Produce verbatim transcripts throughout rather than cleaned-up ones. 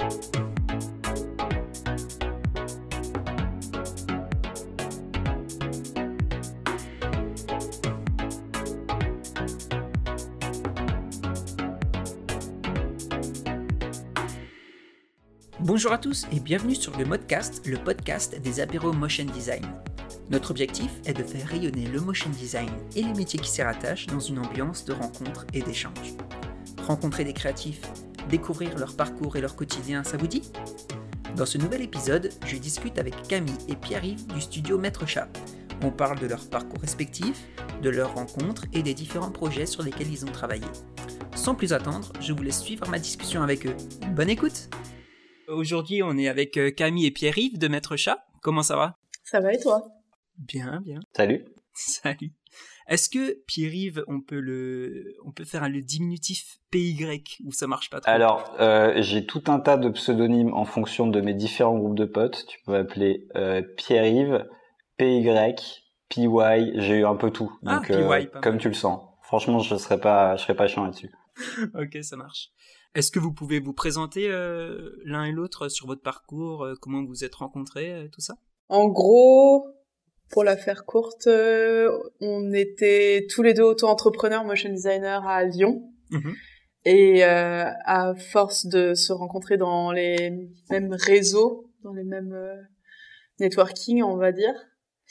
Bonjour à tous et bienvenue sur le Modcast, le podcast des apéros motion design. Notre objectif est de faire rayonner le motion design et les métiers qui s'y rattachent dans une ambiance de rencontre et d'échange. Rencontrer des créatifs, découvrir leur parcours et leur quotidien, ça vous dit ? Dans ce nouvel épisode, je discute avec Camille et Pierre-Yves du studio Maître Chat. On parle de leur parcours respectif, de leurs rencontres et des différents projets sur lesquels ils ont travaillé. Sans plus attendre, je vous laisse suivre ma discussion avec eux. Bonne écoute ! Aujourd'hui, on est avec Camille et Pierre-Yves de Maître Chat. Comment ça va ? Ça va et toi ? Bien, bien. Salut. Salut. Est-ce que Pierre-Yves, on peut le, on peut faire le diminutif P Y ou ça marche pas trop ? Alors, euh, j'ai tout un tas de pseudonymes en fonction de mes différents groupes de potes. Tu peux m'appeler euh, Pierre-Yves, P Y, P Y. J'ai eu un peu tout. Donc, ah, P Y, euh, comme tu le sens. Franchement, je serais pas, je serais pas chiant là-dessus. Ok, ça marche. Est-ce que vous pouvez vous présenter euh, l'un et l'autre sur votre parcours, euh, comment vous vous êtes rencontrés, euh, tout ça ? En gros, pour la faire courte, euh, on était tous les deux auto-entrepreneurs motion designers à Lyon. Mmh. Et euh, à force de se rencontrer dans les mêmes réseaux, dans les mêmes euh, networking, on va dire,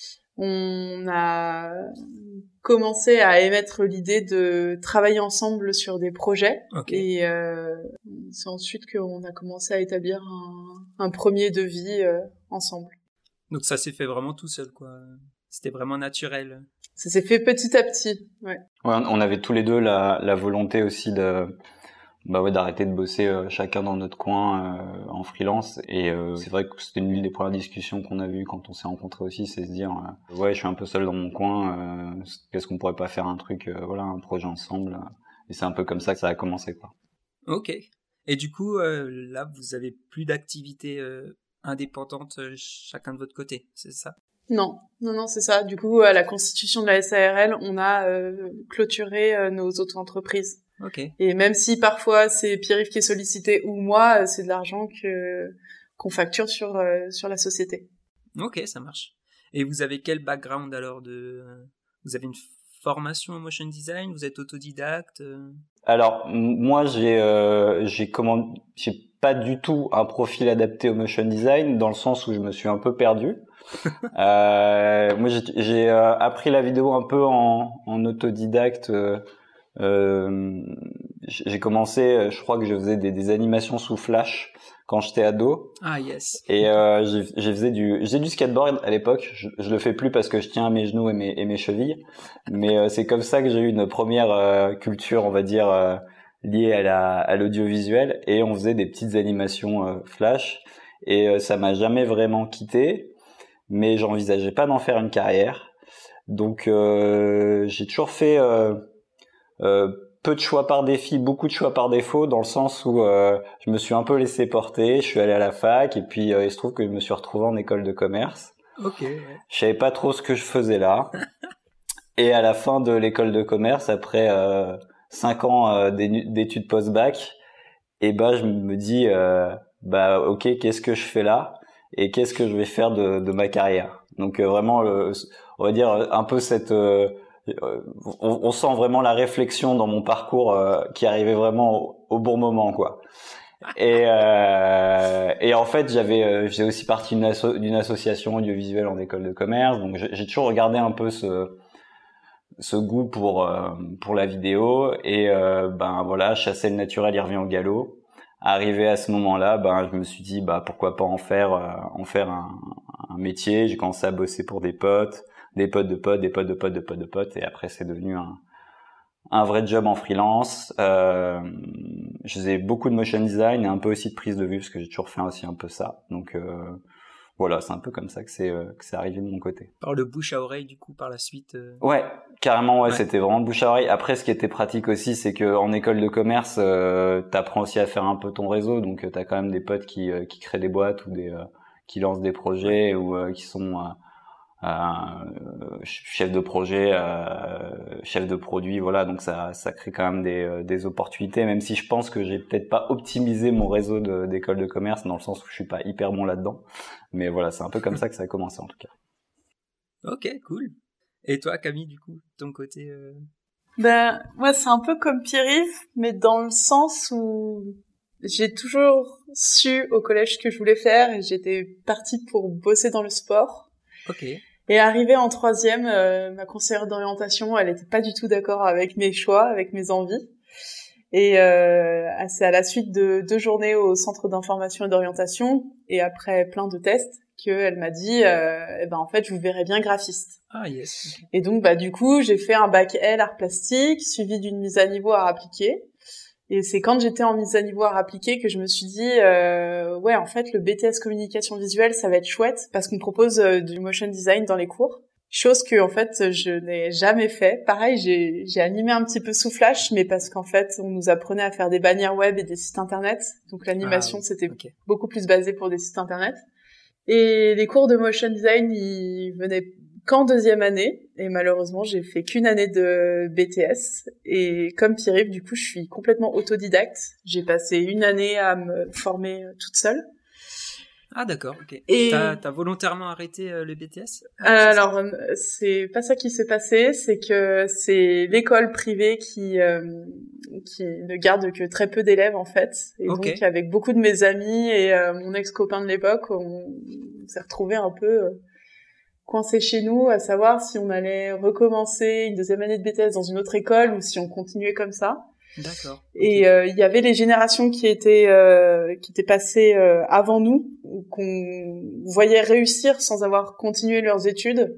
on a commencé à émettre l'idée de travailler ensemble sur des projets. Okay. Et euh, c'est ensuite qu'on a commencé à établir un, un premier devis euh, ensemble. Donc ça s'est fait vraiment tout seul, quoi. C'était vraiment naturel. Ça s'est fait petit à petit, ouais. Ouais, on avait tous les deux la, la volonté aussi de, bah ouais, d'arrêter de bosser euh, chacun dans notre coin euh, en freelance. Et euh, c'est vrai que c'était une des premières discussions qu'on a vues quand on s'est rencontrés aussi, c'est se dire euh, ouais, je suis un peu seul dans mon coin. Euh, est-ce qu'on pourrait pas faire un truc, euh, voilà, un projet ensemble. Et c'est un peu comme ça que ça a commencé, quoi. Ok. Et du coup, euh, là, vous avez plus d'activités euh, indépendantes euh, chacun de votre côté, c'est ça ? Non, non, non, c'est ça. Du coup, à la constitution de la S A R L, on a euh, clôturé euh, nos auto-entreprises. Okay. Et même si parfois c'est Pierre-Yves qui est sollicité ou moi, c'est de l'argent que qu'on facture sur euh, sur la société. Ok, ça marche. Et vous avez quel background alors de Vous avez une formation en motion design ? Vous êtes autodidacte ? Alors m- moi j'ai euh, j'ai comment j'ai pas du tout un profil adapté au motion design dans le sens où je me suis un peu perdu. euh, moi j'ai, j'ai euh, appris la vidéo un peu en, en autodidacte. Euh, euh, j'ai commencé, je crois que je faisais des, des animations sous Flash quand j'étais ado. Ah yes. Et euh, j'ai, j'ai faisais du, j'ai du skateboard à l'époque. Je, je le fais plus parce que je tiens à mes genoux et mes, et mes chevilles. Mais euh, c'est comme ça que j'ai eu une première euh, culture, on va dire, euh, liée à la, à l'audiovisuel. Et on faisait des petites animations euh, Flash. Et euh, ça m'a jamais vraiment quitté. Mais j'envisageais pas d'en faire une carrière. Donc euh, j'ai toujours fait euh, euh, peu de choix par défi, beaucoup de choix par défaut, dans le sens où euh, je me suis un peu laissé porter. Je suis allé à la fac et puis euh, il se trouve que je me suis retrouvé en école de commerce. Ok. Ouais. Je savais pas trop ce que je faisais là. Et à la fin de l'école de commerce, après euh, cinq ans euh, d'études post-bac, et ben je me dis euh, bah ok, qu'est-ce que je fais là et qu'est-ce que je vais faire de, de ma carrière. Donc euh, vraiment, le, on va dire un peu cette euh, On, on sent vraiment la réflexion dans mon parcours euh, qui arrivait vraiment au, au bon moment, quoi. Et, euh, et en fait, j'avais, euh, j'ai aussi partie d'une, asso- d'une association audiovisuelle en école de commerce, donc j'ai, j'ai toujours regardé un peu ce, ce goût pour euh, pour la vidéo. Et euh, ben voilà, chasser le naturel, il revient au galop. Arrivé à ce moment-là, ben je me suis dit bah pourquoi pas en faire euh, en faire un, un métier. J'ai commencé à bosser pour des potes. des potes de potes, des potes de potes de potes de potes, et après c'est devenu un, un vrai job en freelance. Euh, je faisais beaucoup de motion design et un peu aussi de prise de vue, parce que j'ai toujours fait aussi un peu ça. Donc euh, voilà, c'est un peu comme ça que c'est, euh, que c'est arrivé de mon côté. Par le bouche à oreille, du coup, par la suite euh... Ouais, carrément, ouais, ouais, c'était vraiment bouche à oreille. Après, ce qui était pratique aussi, c'est que en école de commerce, euh, t'apprends aussi à faire un peu ton réseau, donc euh, t'as quand même des potes qui, euh, qui créent des boîtes ou des, euh, qui lancent des projets ou euh, qui sont... Euh, euh, chef de projet, euh, chef de produit, voilà. Donc ça, ça crée quand même des, euh, des opportunités, même si je pense que j'ai peut-être pas optimisé mon réseau de, d'écoles de commerce dans le sens où je suis pas hyper bon là-dedans. Mais voilà, c'est un peu comme ça que ça a commencé en tout cas. Ok, cool. Et toi, Camille, du coup, ton côté euh... Ben, moi, c'est un peu comme Pierre-Yves, mais dans le sens où j'ai toujours su au collège ce que je voulais faire et j'étais partie pour bosser dans le sport. Ok. Et arrivée en troisième, euh, ma conseillère d'orientation, elle était pas du tout d'accord avec mes choix, avec mes envies. Et euh, c'est à la suite de deux journées au centre d'information et d'orientation et après plein de tests qu'elle m'a dit, euh, eh ben en fait, je vous verrai bien graphiste. Ah yes. Okay. Et donc bah du coup, j'ai fait un bac L art plastique suivi d'une mise à niveau art appliqué. Et c'est quand j'étais en mise à niveau art appliqué que je me suis dit, euh, ouais, en fait, le B T S communication visuelle, ça va être chouette parce qu'on propose euh, du motion design dans les cours. Chose que, en fait, je n'ai jamais fait. Pareil, j'ai, j'ai animé un petit peu sous Flash, mais parce qu'en fait, on nous apprenait à faire des bannières web et des sites internet. Donc l'animation, ah, c'était okay. beaucoup plus basé pour des sites internet. Et les cours de motion design, ils venaient qu'en deuxième année, et malheureusement, j'ai fait qu'une année de B T S, et comme Pierre-Yves, du coup, je suis complètement autodidacte. J'ai passé une année à me former toute seule. Ah d'accord, ok. Et t'as, t'as volontairement arrêté euh, le B T S ? euh, Alors, ça c'est pas ça qui s'est passé, c'est que c'est l'école privée qui euh, qui ne garde que très peu d'élèves, en fait. Et okay. Donc, avec beaucoup de mes amis et euh, mon ex-copain de l'époque, on s'est retrouvés un peu... Euh, coincé chez nous, à savoir si on allait recommencer une deuxième année de B T S dans une autre école ou si on continuait comme ça. D'accord. Et il okay. euh, y avait les générations qui étaient euh, qui étaient passées euh, avant nous, qu'on voyait réussir sans avoir continué leurs études.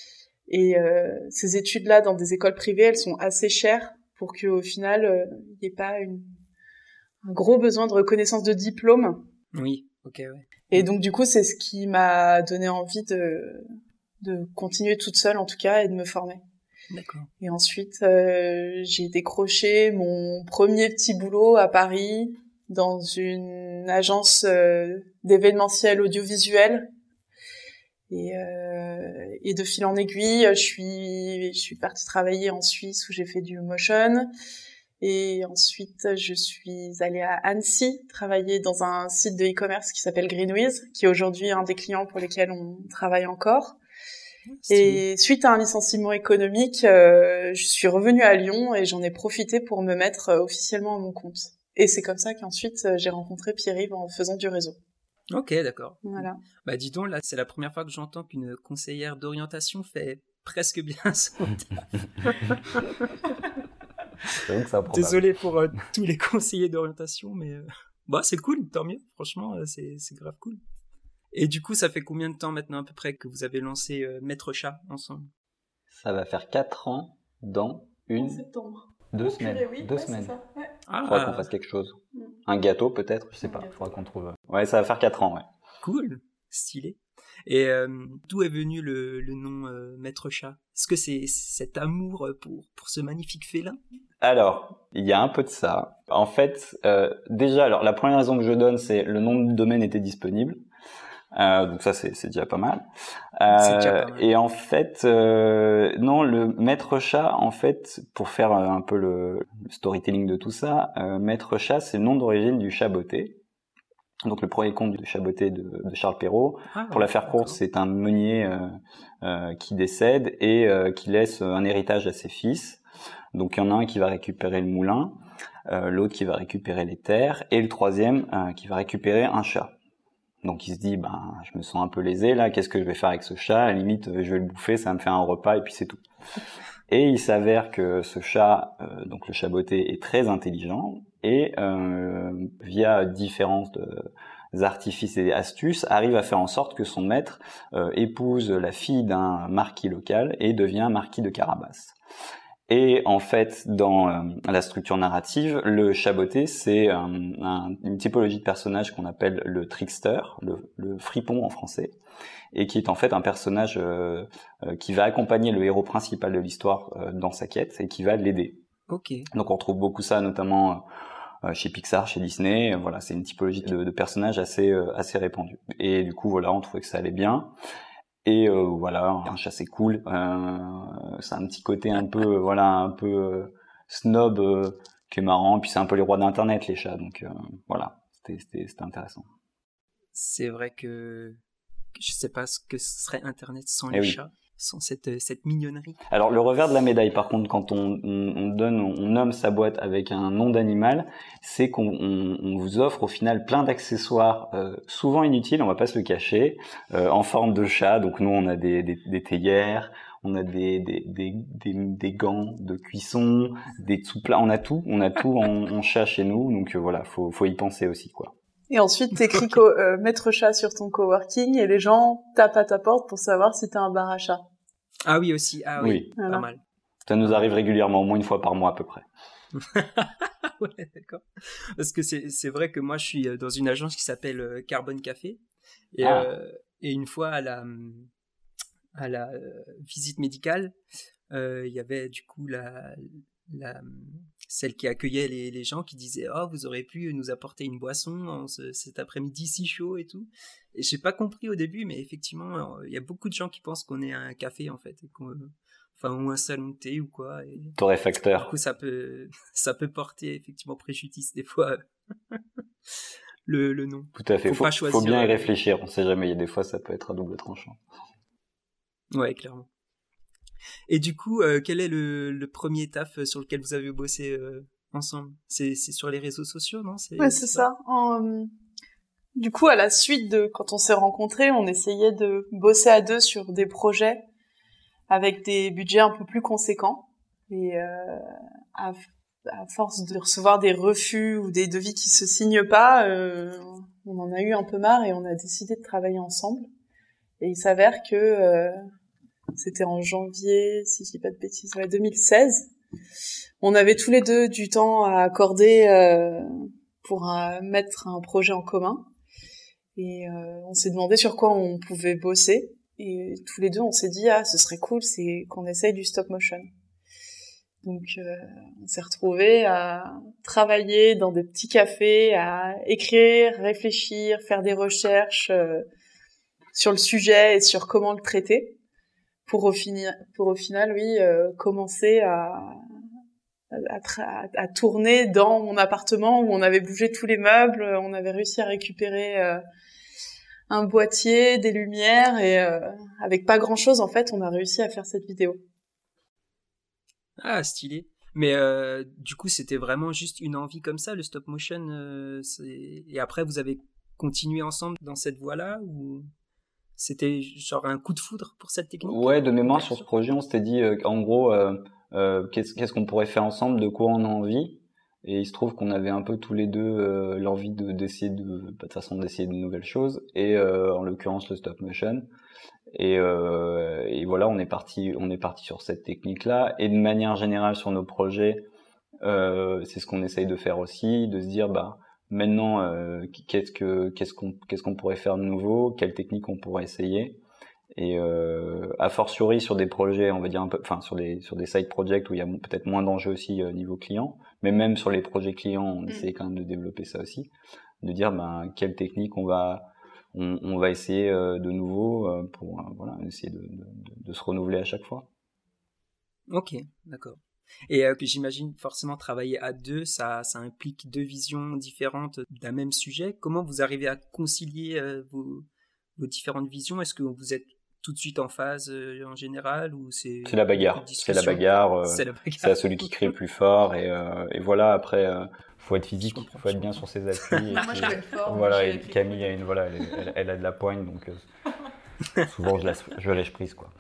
Et euh, ces études-là dans des écoles privées, elles sont assez chères pour qu'au final, il n'y ait pas une, un gros besoin de reconnaissance de diplôme. Oui, ok, ouais. Et donc du coup, c'est ce qui m'a donné envie de de continuer toute seule en tout cas et de me former. D'accord. Et ensuite, euh, j'ai décroché mon premier petit boulot à Paris dans une agence euh, d'événementiel audiovisuel. Et, euh, et de fil en aiguille, je suis, je suis partie travailler en Suisse où j'ai fait du motion. Et ensuite, je suis allée à Annecy travailler dans un site de e-commerce qui s'appelle Greenwiz, qui est aujourd'hui un des clients pour lesquels on travaille encore. Et suite à un licenciement économique, euh, je suis revenue à Lyon et j'en ai profité pour me mettre euh, officiellement à mon compte. Et c'est comme ça qu'ensuite euh, j'ai rencontré Pierre-Yves en faisant du réseau. Ok, d'accord. Voilà. Bah dis donc, là, c'est la première fois que j'entends qu'une conseillère d'orientation fait presque bien son taf. C'est ça, désolé pour euh, tous les conseillers d'orientation, mais euh, bah c'est cool, tant mieux. Franchement, euh, c'est c'est grave cool. Et du coup, ça fait combien de temps maintenant à peu près que vous avez lancé euh, Maître Chat ensemble ? Ça va faire quatre ans dans une... En septembre. Deux oh, semaines. Purée, oui, Deux ouais, semaines. Ça. Ouais. Ah, il faudra qu'on fasse quelque chose. Mm. Un gâteau peut-être, je sais un pas. Il faudra qu'on trouve... Ouais, ça va faire quatre ans, ouais. Cool, stylé. Et euh, d'où est venu le, le nom euh, Maître Chat ? Est-ce que c'est cet amour pour, pour ce magnifique félin ? Alors, il y a un peu de ça. En fait, euh, déjà, alors la première raison que je donne, c'est le nom de domaine était disponible. Euh, donc ça c'est, c'est déjà pas mal. Euh, c'est déjà pas mal. Et en fait, euh, non, le Maître Chat, en fait, pour faire un peu le, le storytelling de tout ça, euh, Maître Chat, c'est le nom d'origine du chat botté. Donc le premier conte du chat botté de, de Charles Perrault. Ah, pour la faire courte, c'est un meunier euh, euh, qui décède et euh, qui laisse un héritage à ses fils. Donc il y en a un qui va récupérer le moulin, euh, l'autre qui va récupérer les terres et le troisième euh, qui va récupérer un chat. Donc il se dit, ben, je me sens un peu lésé là, qu'est-ce que je vais faire avec ce chat ? À la limite, je vais le bouffer, ça va me faire un repas et puis c'est tout. Et il s'avère que ce chat, euh, donc le chat botté, est très intelligent et euh, via différents de, artifices et astuces, arrive à faire en sorte que son maître euh, épouse la fille d'un marquis local et devient marquis de Carabas. Et en fait, dans euh, la structure narrative, le chat botté, c'est euh, un, une typologie de personnage qu'on appelle le trickster, le, le fripon en français, et qui est en fait un personnage euh, euh, qui va accompagner le héros principal de l'histoire euh, dans sa quête et qui va l'aider. Ok. Donc on retrouve beaucoup ça, notamment euh, chez Pixar, chez Disney. Voilà, c'est une typologie de, de personnage assez euh, assez répandue. Et du coup, voilà, on trouvait que ça allait bien. Et euh, voilà, un chat c'est cool. Euh, c'est un petit côté un peu, voilà, un peu euh, snob euh, qui est marrant. Puis c'est un peu les rois d'internet les chats, donc euh, voilà, c'était, c'était, c'était intéressant. C'est vrai que je sais pas ce que serait Internet sans Eh les oui. chats, sans cette cette mignonnerie. Alors le revers de la médaille, par contre, quand on, on, on donne, on nomme sa boîte avec un nom d'animal, c'est qu'on on, on vous offre au final plein d'accessoires, euh, souvent inutiles, on va pas se le cacher, euh, en forme de chat. Donc nous, on a des, des, des théières, on a des, des, des, des, des gants de cuisson, des sous-plats, on a tout, on a tout en, en chat chez nous. Donc euh, voilà, faut, faut y penser aussi, quoi. Et ensuite, t'écris co- euh, maître chat sur ton coworking et les gens tapent à ta porte pour savoir si t'as un bar à chat. Ah oui aussi, ah oui, Oui. Voilà. pas mal. Ça nous arrive régulièrement, au moins une fois par mois à peu près. Ouais, d'accord. Parce que c'est c'est vrai que moi je suis dans une agence qui s'appelle euh, Carbone Café et Ah. euh, et une fois à la à la euh, visite médicale, euh, il y avait du coup la la celle qui accueillait les, les gens qui disait oh vous aurez pu nous apporter une boisson en ce, cet après-midi si chaud et tout, et j'ai pas compris au début, mais effectivement il y a beaucoup de gens qui pensent qu'on est un café en fait, et qu'on, enfin ou un salon de thé ou quoi, et Torréfacteur. du coup ça peut ça peut porter effectivement préjudice des fois le, le nom. Tout à fait, faut, faut, pas choisir, faut bien y euh, réfléchir, on sait jamais, il y a des fois ça peut être à double tranchant. Ouais, clairement. Et du coup, euh, quel est le, le premier taf sur lequel vous avez bossé euh, ensemble? C'est, c'est sur les réseaux sociaux, non? C'est, Ouais, c'est ça. En, du coup, à la suite de quand on s'est rencontrés, on essayait de bosser à deux sur des projets avec des budgets un peu plus conséquents. Et euh, à, à force de recevoir des refus ou des devis qui se signent pas, euh, on en a eu un peu marre et on a décidé de travailler ensemble. Et il s'avère que euh, c'était en janvier, si je dis pas de bêtises, ouais, deux mille seize. On avait tous les deux du temps à accorder euh, pour euh, mettre un projet en commun. Et euh, on s'est demandé sur quoi on pouvait bosser. Et tous les deux, on s'est dit, ah, ce serait cool, c'est qu'on essaye du stop motion. Donc, euh, on s'est retrouvés à travailler dans des petits cafés, à écrire, réfléchir, faire des recherches euh, sur le sujet et sur comment le traiter. Pour au, fini, pour au final, oui, euh, commencer à, à, à, à tourner dans mon appartement où on avait bougé tous les meubles, on avait réussi à récupérer euh, un boîtier, des lumières, et euh, avec pas grand-chose, en fait, on a réussi à faire cette vidéo. Ah, stylé. Mais euh, du coup, c'était vraiment juste une envie comme ça, le stop motion, euh, c'est... et après, vous avez continué ensemble dans cette voie-là, ou... C'était genre un coup de foudre pour cette technique? Ouais, de mémoire sur ce projet, on s'était dit euh, en gros euh, euh, qu'est-ce, qu'est-ce qu'on pourrait faire ensemble, de quoi on a envie. Et il se trouve qu'on avait un peu tous les deux euh, l'envie de d'essayer de, de toute façon d'essayer de nouvelles choses, et euh, en l'occurrence le stop motion. Et, euh, et voilà, on est parti, on est parti sur cette technique-là. Et de manière générale sur nos projets, euh, c'est ce qu'on essaye de faire aussi, de se dire bah maintenant, euh, qu'est-ce que qu'est-ce qu'on qu'est-ce qu'on pourrait faire de nouveau, quelle technique on pourrait essayer, et euh, a fortiori sur des projets, on va dire un peu, enfin sur des sur des side projects où il y a peut-être moins d'enjeux aussi euh, niveau client, mais même sur les projets clients, on mmh. essaie quand même de développer ça aussi, de dire ben quelle technique on va on, on va essayer euh, de nouveau euh, pour euh, voilà essayer de, de, de, de se renouveler à chaque fois. Ok, d'accord. Et euh, que j'imagine forcément travailler à deux, ça, ça implique deux visions différentes d'un même sujet. Comment vous arrivez à concilier euh, vos, vos différentes visions? Est-ce que vous êtes tout de suite en phase euh, en général, ou c'est c'est la bagarre, c'est la bagarre, euh, c'est la bagarre, c'est à celui qui crie le plus fort, et, euh, et voilà, après euh, faut être physique, faut être bien sur ses appuis. Et moi je peux être fort. Voilà, et Camille a une voilà, elle, elle, elle a de la poigne, donc euh, souvent je laisse je lâche prise quoi.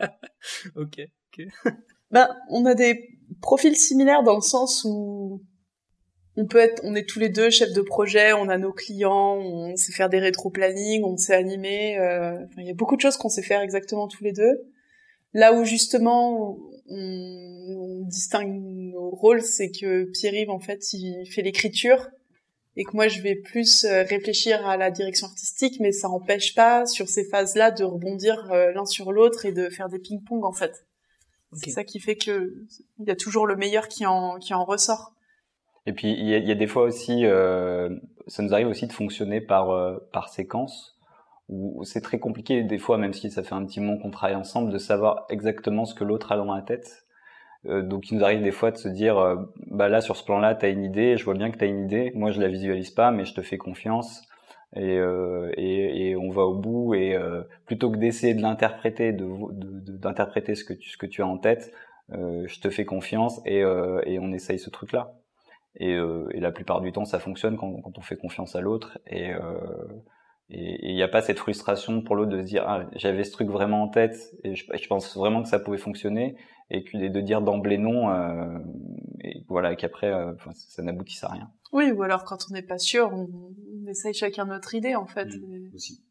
Ok, ok. Ben, on a des profils similaires dans le sens où on peut être, on est tous les deux chefs de projet, on a nos clients, on sait faire des rétro-plannings, on sait animer, euh, enfin, il y a beaucoup de choses qu'on sait faire exactement tous les deux. Là où justement on, on distingue nos rôles, c'est que Pierre-Yves en fait il fait l'écriture et que moi je vais plus réfléchir à la direction artistique, mais ça n'empêche pas sur ces phases-là de rebondir l'un sur l'autre et de faire des ping-pong en fait. Okay. C'est ça qui fait que il y a toujours le meilleur qui en qui en ressort. Et puis il y a, il y a des fois aussi, euh, ça nous arrive aussi de fonctionner par euh, par séquence. où c'est très compliqué des fois, même si ça fait un petit moment qu'on travaille ensemble, de savoir exactement ce que l'autre a dans la tête. Euh, donc il nous arrive des fois de se dire euh, bah là sur ce plan-là t'as une idée, je vois bien que t'as une idée, moi je la visualise pas mais je te fais confiance et euh, et, et on va au bout et euh, plutôt que d'essayer de l'interpréter, de, de, de d'interpréter ce que tu ce que tu as en tête, euh, je te fais confiance et euh, et on essaye ce truc-là et euh, et la plupart du temps ça fonctionne quand quand on fait confiance à l'autre et euh, et il n'y a pas cette frustration pour l'autre de se dire ah j'avais ce truc vraiment en tête et je, je pense vraiment que ça pouvait fonctionner et que de dire d'emblée non euh, et voilà qu'après euh, ça n'aboutisse à rien. Oui, ou alors quand on n'est pas sûr on, on essaye chacun notre idée en fait. Mmh, et... aussi.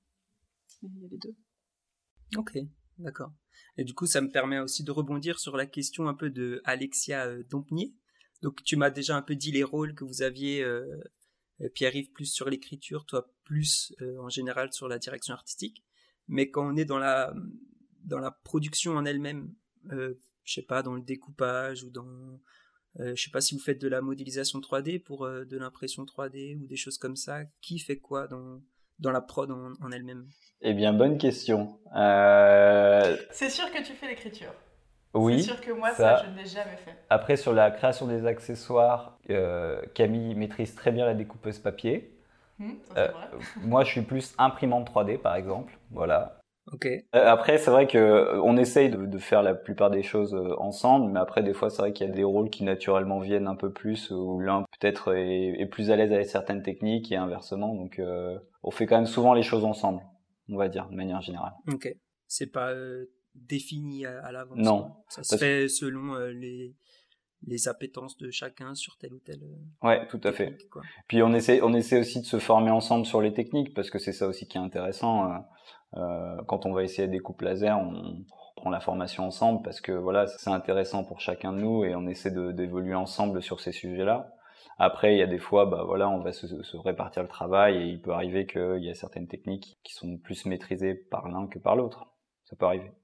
Il y a les deux. Ok, d'accord. Et du coup ça me permet aussi de rebondir sur la question un peu de Alexia euh, Dompnier. Donc tu m'as déjà un peu dit les rôles que vous aviez, euh, Pierre-Yves plus sur l'écriture, toi plus euh, en général sur la direction artistique. Mais quand on est dans la dans la production en elle-même, euh, je sais pas, dans le découpage ou dans, euh, je sais pas si vous faites de la modélisation trois D pour euh, de l'impression trois D ou des choses comme ça, qui fait quoi dans dans la prod en, en elle-même? Eh bien bonne question. Euh... C'est sûr que tu fais l'écriture. Oui, c'est sûr que moi, ça, ça, je ne l'ai jamais fait. Après, sur la création des accessoires, euh, Camille maîtrise très bien la découpeuse papier. Mmh, ça, c'est euh, vrai. Moi, je suis plus imprimante trois D, par exemple. Voilà. Ok. Euh, après, c'est vrai que on essaye de, de faire la plupart des choses ensemble, mais après, des fois, c'est vrai qu'il y a des rôles qui naturellement viennent un peu plus, où l'un peut-être est, est plus à l'aise avec certaines techniques et inversement. Donc, euh, on fait quand même souvent les choses ensemble, on va dire, de manière générale. Ok. C'est pas euh, défini à, à l'avance. Non. Quoi. Ça se fait selon euh, les les appétences de chacun sur tel ou tel. Euh, ouais, tout à technique, fait. Quoi. Puis on essaie, on essaie aussi de se former ensemble sur les techniques parce que c'est ça aussi qui est intéressant. Euh, euh, quand on va essayer des coupes laser, on prend la formation ensemble parce que voilà, c'est intéressant pour chacun de nous et on essaie de, d'évoluer ensemble sur ces sujets-là. Après, il y a des fois, bah voilà, on va se, se répartir le travail et il peut arriver qu'il y a certaines techniques qui sont plus maîtrisées par l'un que par l'autre. Ça peut arriver.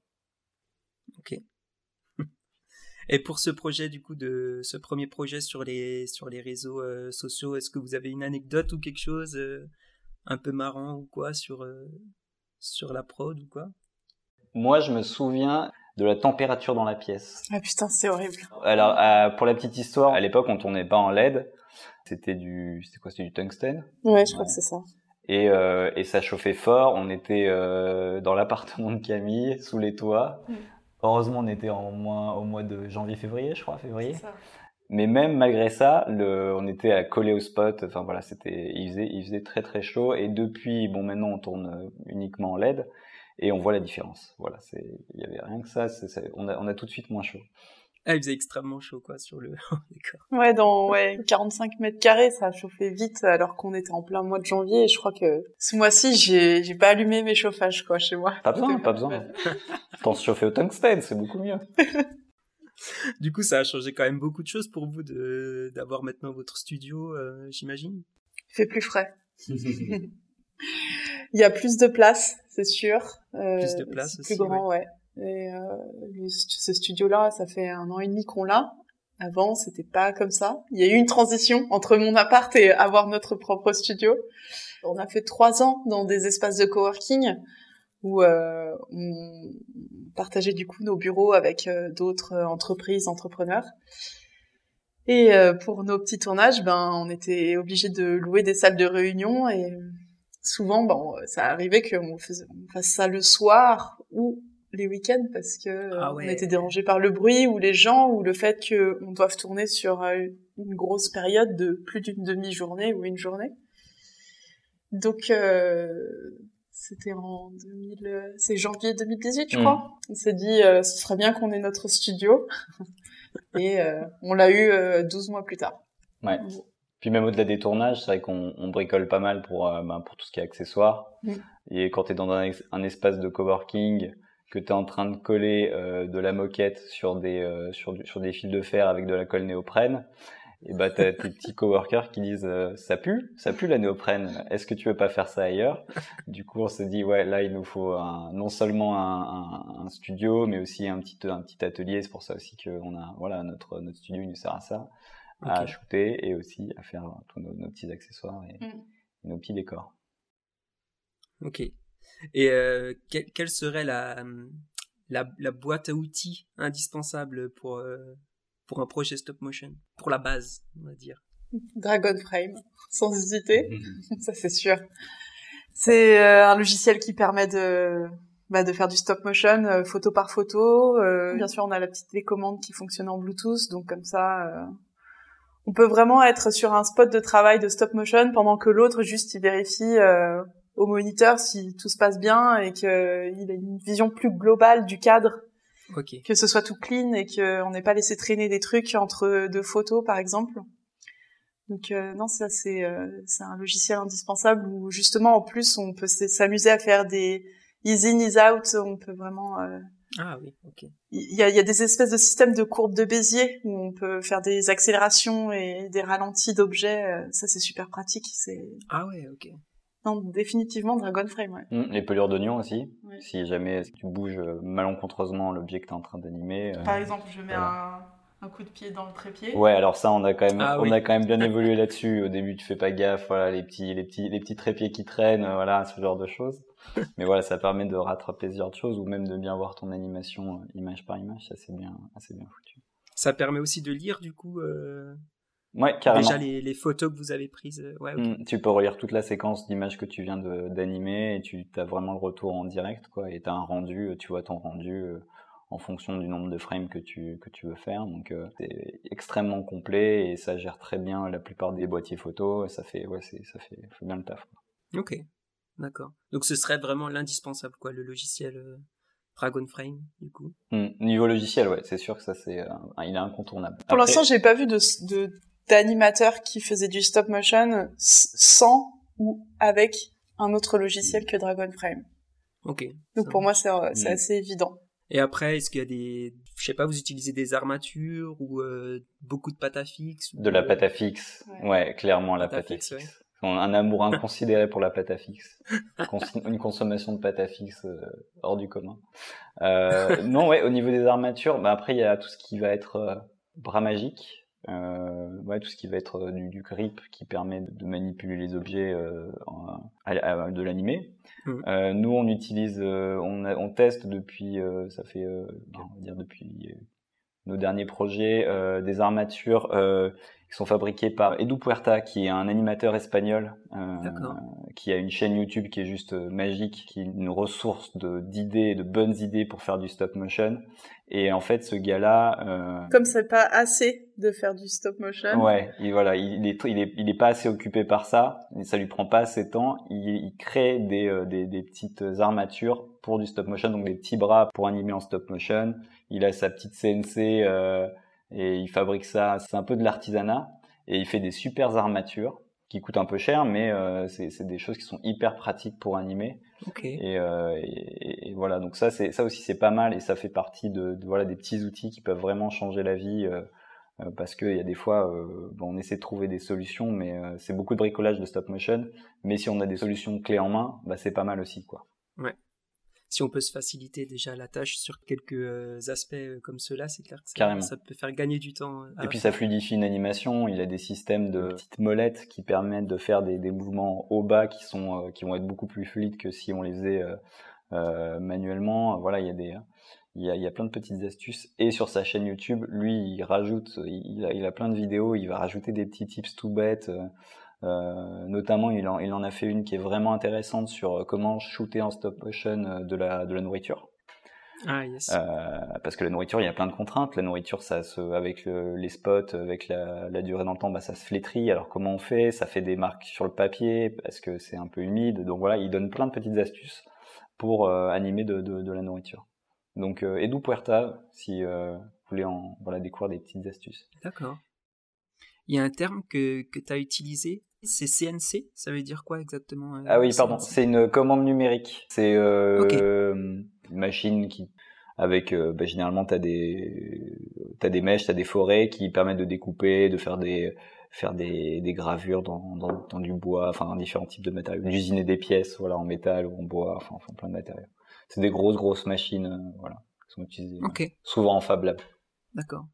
Ok. Et pour ce projet, du coup, de ce premier projet sur les sur les réseaux euh, sociaux, est-ce que vous avez une anecdote ou quelque chose euh, un peu marrant ou quoi sur euh, sur la prod ou quoi? Moi, je me souviens de la température dans la pièce. Ah putain, c'est horrible. Alors, euh, pour la petite histoire, à l'époque, on tournait pas en L E D. C'était du, c'était quoi? C'était du tungstène. Ouais, je crois ouais. que c'est ça. Et, euh, et ça chauffait fort. On était euh, dans l'appartement de Camille, sous les toits. Mm. Heureusement, on était en mois, au mois de janvier-février, je crois, février. C'est ça. Mais même malgré ça, le, on était à coller au spot. Enfin voilà, c'était, il faisait, il faisait très très chaud. Et depuis, bon, maintenant, on tourne uniquement en L E D et on voit la différence. Voilà, c'est, il y avait rien que ça. C'est, c'est, on a, on a tout de suite moins chaud. Ah, il faisait extrêmement chaud, quoi, sur le... D'accord. Ouais, dans ouais, quarante-cinq mètres carrés, ça a chauffé vite, alors qu'on était en plein mois de janvier, et je crois que ce mois-ci, j'ai, j'ai pas allumé mes chauffages, quoi, chez moi. Pas besoin, pas besoin. T'en se chauffer au tungstène, c'est beaucoup mieux. Du coup, ça a changé quand même beaucoup de choses pour vous de, d'avoir maintenant votre studio, euh, j'imagine. Il fait plus frais. Il y a plus de place, c'est sûr. Euh, plus de place c'est aussi, plus grand, ouais. ouais. Et euh, le, ce studio-là, ça fait un an et demi qu'on l'a. Avant, c'était pas comme ça. Il y a eu une transition entre mon appart et avoir notre propre studio. On a fait trois ans dans des espaces de coworking où euh, on partageait du coup nos bureaux avec euh, d'autres entreprises, entrepreneurs. Et euh, pour nos petits tournages, ben on était obligés de louer des salles de réunion et souvent, ben ça arrivait qu'on faisait, on fasse ça le soir ou les week-ends parce que euh, ah ouais. on était dérangés par le bruit ou les gens ou le fait qu'on doive tourner sur euh, une grosse période de plus d'une demi-journée ou une journée. Donc euh, c'était en deux mille, c'est janvier deux mille dix-huit, je mmh. crois. On s'est dit euh, ce serait bien qu'on ait notre studio et euh, on l'a eu euh, douze mois plus tard. Ouais. Puis même au-delà des tournages, c'est vrai qu'on on bricole pas mal pour euh, ben, pour tout ce qui est accessoires. Mmh. Et quand t'es dans un, un espace de coworking, que tu es en train de coller euh, de la moquette sur des euh, sur du, sur des fils de fer avec de la colle néoprène, et bah t'as tes petits coworkers qui disent euh, ça pue, ça pue la néoprène. Est-ce que tu veux pas faire ça ailleurs? Du coup, on se dit ouais, là il nous faut un, non seulement un, un, un studio, mais aussi un petit un petit atelier. C'est pour ça aussi que on a voilà notre notre studio il nous sert à ça, okay. à shooter et aussi à faire tous nos, nos petits accessoires et, mm. et nos petits décors. Ok. Et euh, quelle, quelle serait la, la, la boîte à outils indispensable pour, euh, pour un projet stop motion, pour la base, on va dire? Dragon Frame, sans hésiter, ça c'est sûr. C'est euh, un logiciel qui permet de, bah, de faire du stop motion euh, photo par photo. Euh, bien sûr, on a la petite télécommande qui fonctionne en Bluetooth, donc comme ça, euh, on peut vraiment être sur un spot de travail de stop motion pendant que l'autre juste il vérifie euh, au moniteur si tout se passe bien et qu'il a une vision plus globale du cadre, okay. Que ce soit tout clean et qu'on n'ait pas laissé traîner des trucs entre deux photos, par exemple. Donc euh, non, ça c'est euh, c'est un logiciel indispensable où justement en plus on peut s'amuser à faire des ease in, ease out. On peut vraiment euh, ah oui, ok. Il y a il y a des espèces de systèmes de courbes de Bézier où on peut faire des accélérations et des ralentis d'objets. Ça c'est super pratique. C'est ah ouais, ok. Non, définitivement Dragon Frame, ouais. Mmh, les pelures d'oignon aussi. Ouais. Si jamais tu bouges malencontreusement l'objet que tu es en train d'animer. Par euh, exemple, je mets voilà. un un coup de pied dans le trépied. Ouais, alors ça, on a quand même, ah, on oui. a quand même bien évolué là-dessus. Au début, tu fais pas gaffe, voilà, les petits, les petits, les petits trépieds qui traînent, voilà, ce genre de choses. Mais voilà, ça permet de rattraper ce genre de choses ou même de bien voir ton animation euh, image par image. Ça, c'est bien, assez bien foutu. Ça permet aussi de lire, du coup, euh... ouais, carrément. Déjà les, les photos que vous avez prises. Euh... Ouais, okay. mmh, tu peux relire toute la séquence d'images que tu viens de, d'animer et tu as vraiment le retour en direct, quoi. Et t'as un rendu, tu vois ton rendu. Euh, en fonction du nombre de frames que tu que tu veux faire, donc euh, c'est extrêmement complet et ça gère très bien la plupart des boîtiers photos. Et ça fait ouais c'est ça fait, fait bien le taf, quoi. Ok, d'accord. Donc ce serait vraiment l'indispensable, quoi, le logiciel euh, Dragon Frame, du coup. Mmh, niveau logiciel, ouais, c'est sûr que ça c'est euh, il est incontournable. Pour Après... l'instant, j'ai pas vu de de d'animateur qui faisait du stop motion sans ou avec un autre logiciel que Dragon Frame. Ok. Donc pour moi, c'est c'est mmh. assez évident. Et après, est-ce qu'il y a des, je sais pas, vous utilisez des armatures ou euh, beaucoup de pâte à fixe ou... De la pâte à fixe, ouais, ouais clairement la pâte à fixe. Ouais. Un amour inconsidéré pour la pâte à fixe. Une consommation de pâte à fixe euh, hors du commun. Euh, non, ouais, au niveau des armatures, bah après il y a tout ce qui va être euh, bras magique. Euh, ouais, tout ce qui va être euh, du, du grip qui permet de, de manipuler les objets euh, en, à, à, de l'animer. Mmh. Euh, nous, on utilise, euh, on, a, on teste depuis, euh, ça fait, euh, on va dire depuis euh, nos derniers projets, euh, des armatures euh, qui sont fabriquées par Edu Puerta, qui est un animateur espagnol, euh, qui a une chaîne YouTube qui est juste euh, magique, qui est une ressource de d'idées, de bonnes idées pour faire du stop motion. Et en fait, ce gars-là, euh... comme c'est pas assez de faire du stop motion. Ouais, et voilà, il est, il est, il est pas assez occupé par ça, et ça lui prend pas assez de temps. Il, il crée des, euh, des, des petites armatures pour du stop motion, donc des petits bras pour animer en stop motion. Il a sa petite C N C euh, et il fabrique ça. C'est un peu de l'artisanat et il fait des super armatures qui coûtent un peu cher, mais euh, c'est, c'est des choses qui sont hyper pratiques pour animer. Okay. Et, euh, et, et voilà, donc ça, c'est ça aussi, c'est pas mal et ça fait partie de, de voilà des petits outils qui peuvent vraiment changer la vie. Euh, euh, parce que il y a des fois, euh, bon, on essaie de trouver des solutions, mais euh, c'est beaucoup de bricolage de stop motion. Mais si on a des solutions clés en main, bah c'est pas mal aussi, quoi. Ouais. Si on peut se faciliter déjà la tâche sur quelques euh, aspects euh, comme ceux-là, c'est clair que ça, ça peut faire gagner du temps. Et puis ça fluidifie une animation. Il a des systèmes de petites molettes qui permettent de faire des, des mouvements haut-bas qui sont euh, qui vont être beaucoup plus fluides que si on les faisait euh, euh, manuellement. Voilà, il y a des il y a, il y a plein de petites astuces. Et sur sa chaîne YouTube, lui, il rajoute, il a, il a plein de vidéos. Il va rajouter des petits tips tout bêtes. Euh, Euh, notamment, il en, il en a fait une qui est vraiment intéressante sur comment shooter en stop motion de la, de la nourriture. Ah, yes. Euh, parce que la nourriture, il y a plein de contraintes. La nourriture, ça se, avec le, les spots, avec la, la durée dans le temps, bah, ça se flétrit. Alors comment on fait? Ça fait des marques sur le papier parce que c'est un peu humide. Donc voilà, il donne plein de petites astuces pour euh, animer de, de, de la nourriture. Donc euh, Edu Puerta, si euh, vous voulez en voilà découvrir des petites astuces. D'accord. Il y a un terme que que tu as utilisé, c'est C N C, ça veut dire quoi exactement? euh, Ah oui, pardon, C N C? c'est une commande numérique. C'est euh, okay. une machine qui, avec, euh, bah, généralement, t'as des, t'as des mèches, t'as des forêts qui permettent de découper, de faire des, faire des, des gravures dans, dans, dans du bois, enfin, dans différents types de matériaux, d'usiner des pièces, voilà, en métal ou en bois, enfin, enfin plein de matériaux. C'est des grosses, grosses machines, euh, voilà, qui sont utilisées okay. euh, souvent en Fab Lab. D'accord.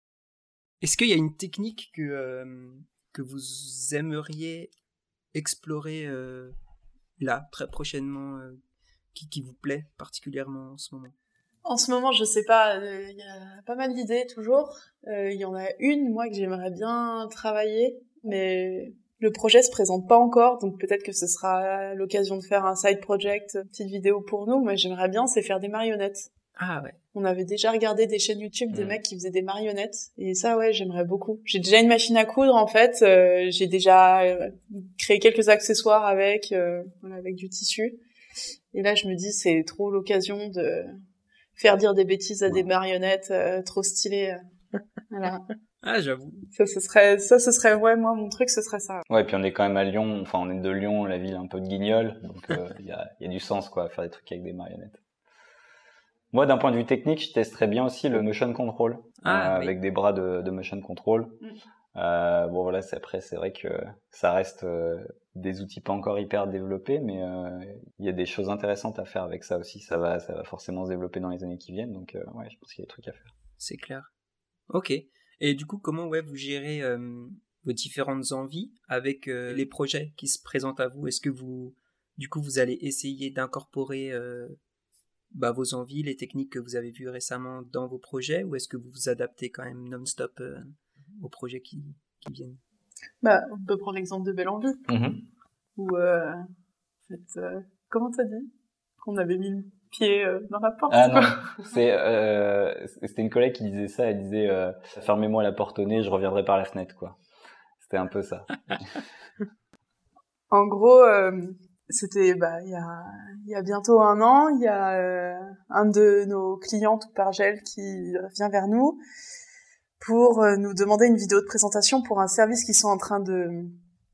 Est-ce qu'il y a une technique que euh, que vous aimeriez explorer euh, là très prochainement, euh, qui, qui vous plaît particulièrement en ce moment? En ce moment, je sais pas, il euh, y a pas mal d'idées toujours. Il euh, y en a une, moi, que j'aimerais bien travailler, mais le projet se présente pas encore, donc peut-être que ce sera l'occasion de faire un side project, une petite vidéo pour nous. Moi, j'aimerais bien, c'est faire des marionnettes. Ah ouais. On avait déjà regardé des chaînes YouTube des mmh. mecs qui faisaient des marionnettes, et ça, ouais, j'aimerais beaucoup. J'ai déjà une machine à coudre, en fait. Euh, j'ai déjà euh, créé quelques accessoires avec, euh, voilà, avec du tissu. Et là, je me dis, c'est trop l'occasion de faire dire des bêtises à des marionnettes euh, trop stylées. Euh. Voilà. Ah, j'avoue. Ça, ce serait, ça, ce serait, ouais, moi, mon truc, ce serait ça. Ouais, et puis on est quand même à Lyon, enfin, on est de Lyon, la ville un peu de Guignol, donc il euh, y, a, y a du sens, quoi, à faire des trucs avec des marionnettes. Moi, d'un point de vue technique, je testerais bien aussi le motion control, ah, euh, oui. avec des bras de, de motion control. Mm. Euh, bon, voilà, c'est, après, c'est vrai que ça reste euh, des outils pas encore hyper développés, mais il euh, y a des choses intéressantes à faire avec ça aussi. Ça va, ça va forcément se développer dans les années qui viennent, donc euh, ouais, je pense qu'il y a des trucs à faire. C'est clair. Ok. Et du coup, comment ouais, vous gérez euh, vos différentes envies avec euh, les projets qui se présentent à vous? Est-ce que vous, du coup, vous allez essayer d'incorporer euh, bah, vos envies, les techniques que vous avez vues récemment dans vos projets, ou est-ce que vous vous adaptez quand même non-stop euh, aux projets qui, qui viennent? Bah, on peut prendre l'exemple de Belle Envie, mm-hmm. où, euh, en fait, euh, comment t'as dit qu'on avait mis le pied euh, dans la porte? Ah non, c'est, euh, c'était une collègue qui disait ça, elle disait euh, « Fermez-moi la porte au nez, je reviendrai par la fenêtre », quoi. C'était un peu ça. En gros, euh, c'était bah il y a il y a bientôt un an, il y a euh, un de nos clients tout par gel qui vient vers nous pour euh, nous demander une vidéo de présentation pour un service qu'ils sont en train de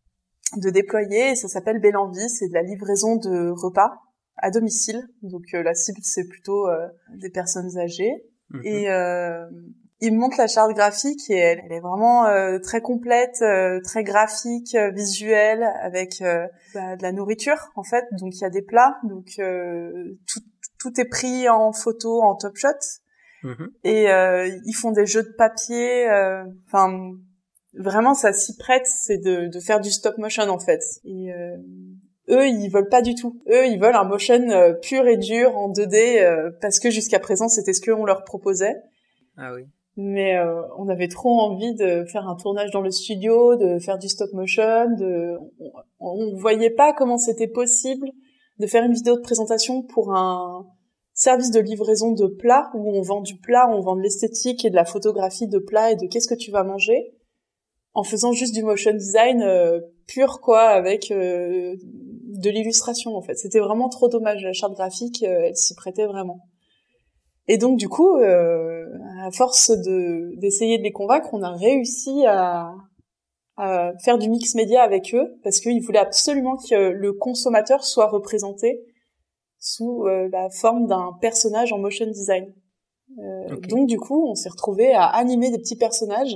de déployer. Et ça s'appelle Belle Envie, c'est de la livraison de repas à domicile. Donc euh, la cible c'est plutôt euh, des personnes âgées. Mmh. Et euh, il me montre la charte graphique et elle, elle est vraiment euh, très complète, euh, très graphique, euh, visuelle, avec euh, bah, de la nourriture en fait. Donc il y a des plats, donc euh, tout, tout est pris en photo, en top shot. Mmh. Et euh, ils font des jeux de papier. Enfin, euh, vraiment ça s'y prête, c'est de, de faire du stop motion en fait. Et euh, eux ils veulent pas du tout. Eux ils veulent un motion euh, pur et dur en deux D euh, parce que jusqu'à présent c'était ce qu'on leur proposait. Ah oui. Mais euh, on avait trop envie de faire un tournage dans le studio, de faire du stop motion, de on, on voyait pas comment c'était possible de faire une vidéo de présentation pour un service de livraison de plats où on vend du plat, on vend de l'esthétique et de la photographie de plats et de qu'est-ce que tu vas manger en faisant juste du motion design euh, pur quoi avec euh, de l'illustration en fait. C'était vraiment trop dommage, la charte graphique euh, elle s'y prêtait vraiment. Et donc du coup, euh, à force de d'essayer de les convaincre, on a réussi à, à faire du mix média avec eux parce qu'ils voulaient absolument que le consommateur soit représenté sous euh, la forme d'un personnage en motion design. Euh, okay. Donc du coup, on s'est retrouvés à animer des petits personnages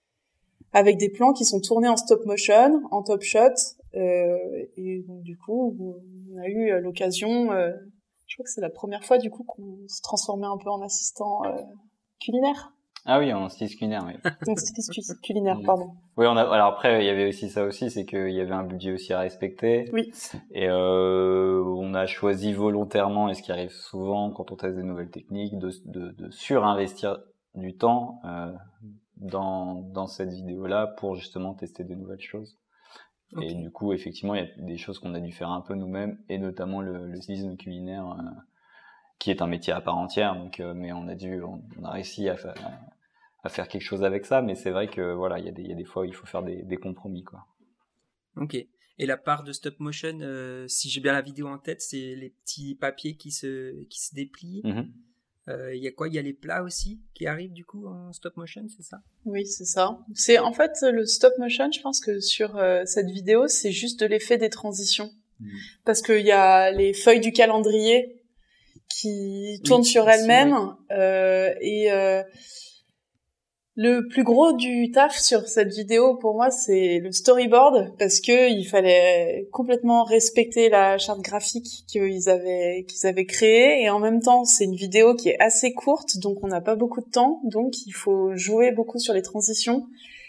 avec des plans qui sont tournés en stop motion, en top shot. Euh, et donc du coup, on a eu l'occasion... Euh, Je crois que c'est la première fois du coup qu'on se transformait un peu en assistant euh, culinaire. Ah oui, en styliste culinaire, oui. Donc styliste culinaire, pardon. Oui, on a. Alors après, il y avait aussi ça aussi, c'est qu'il y avait un budget aussi à respecter. Oui. Et euh, on a choisi volontairement, et ce qui arrive souvent quand on teste des nouvelles techniques, de, de, de surinvestir du temps euh, dans dans cette vidéo-là pour justement tester des nouvelles choses. Okay. Et du coup, effectivement, il y a des choses qu'on a dû faire un peu nous-mêmes, et notamment le, le stylisme culinaire, euh, qui est un métier à part entière. Donc, euh, mais on a dû, on, on a réussi à, fa- à faire quelque chose avec ça. Mais c'est vrai que voilà, il y a des, il y a des fois où il faut faire des, des compromis, quoi. Ok. Et la part de stop motion, euh, si j'ai bien la vidéo en tête, c'est les petits papiers qui se, qui se déplient. Mm-hmm. Il euh, y a quoi? Il y a les plats aussi qui arrivent du coup en stop motion, c'est ça? Oui, c'est ça. C'est en fait le stop motion. Je pense que sur euh, cette vidéo, c'est juste de l'effet des transitions, mmh. parce qu'il y a les feuilles du calendrier qui oui, tournent sur elles-mêmes oui. euh, et euh, le plus gros du taf sur cette vidéo pour moi, c'est le storyboard parce que il fallait complètement respecter la charte graphique qu'ils avaient qu'ils avaient créée et en même temps, c'est une vidéo qui est assez courte donc on n'a pas beaucoup de temps donc il faut jouer beaucoup sur les transitions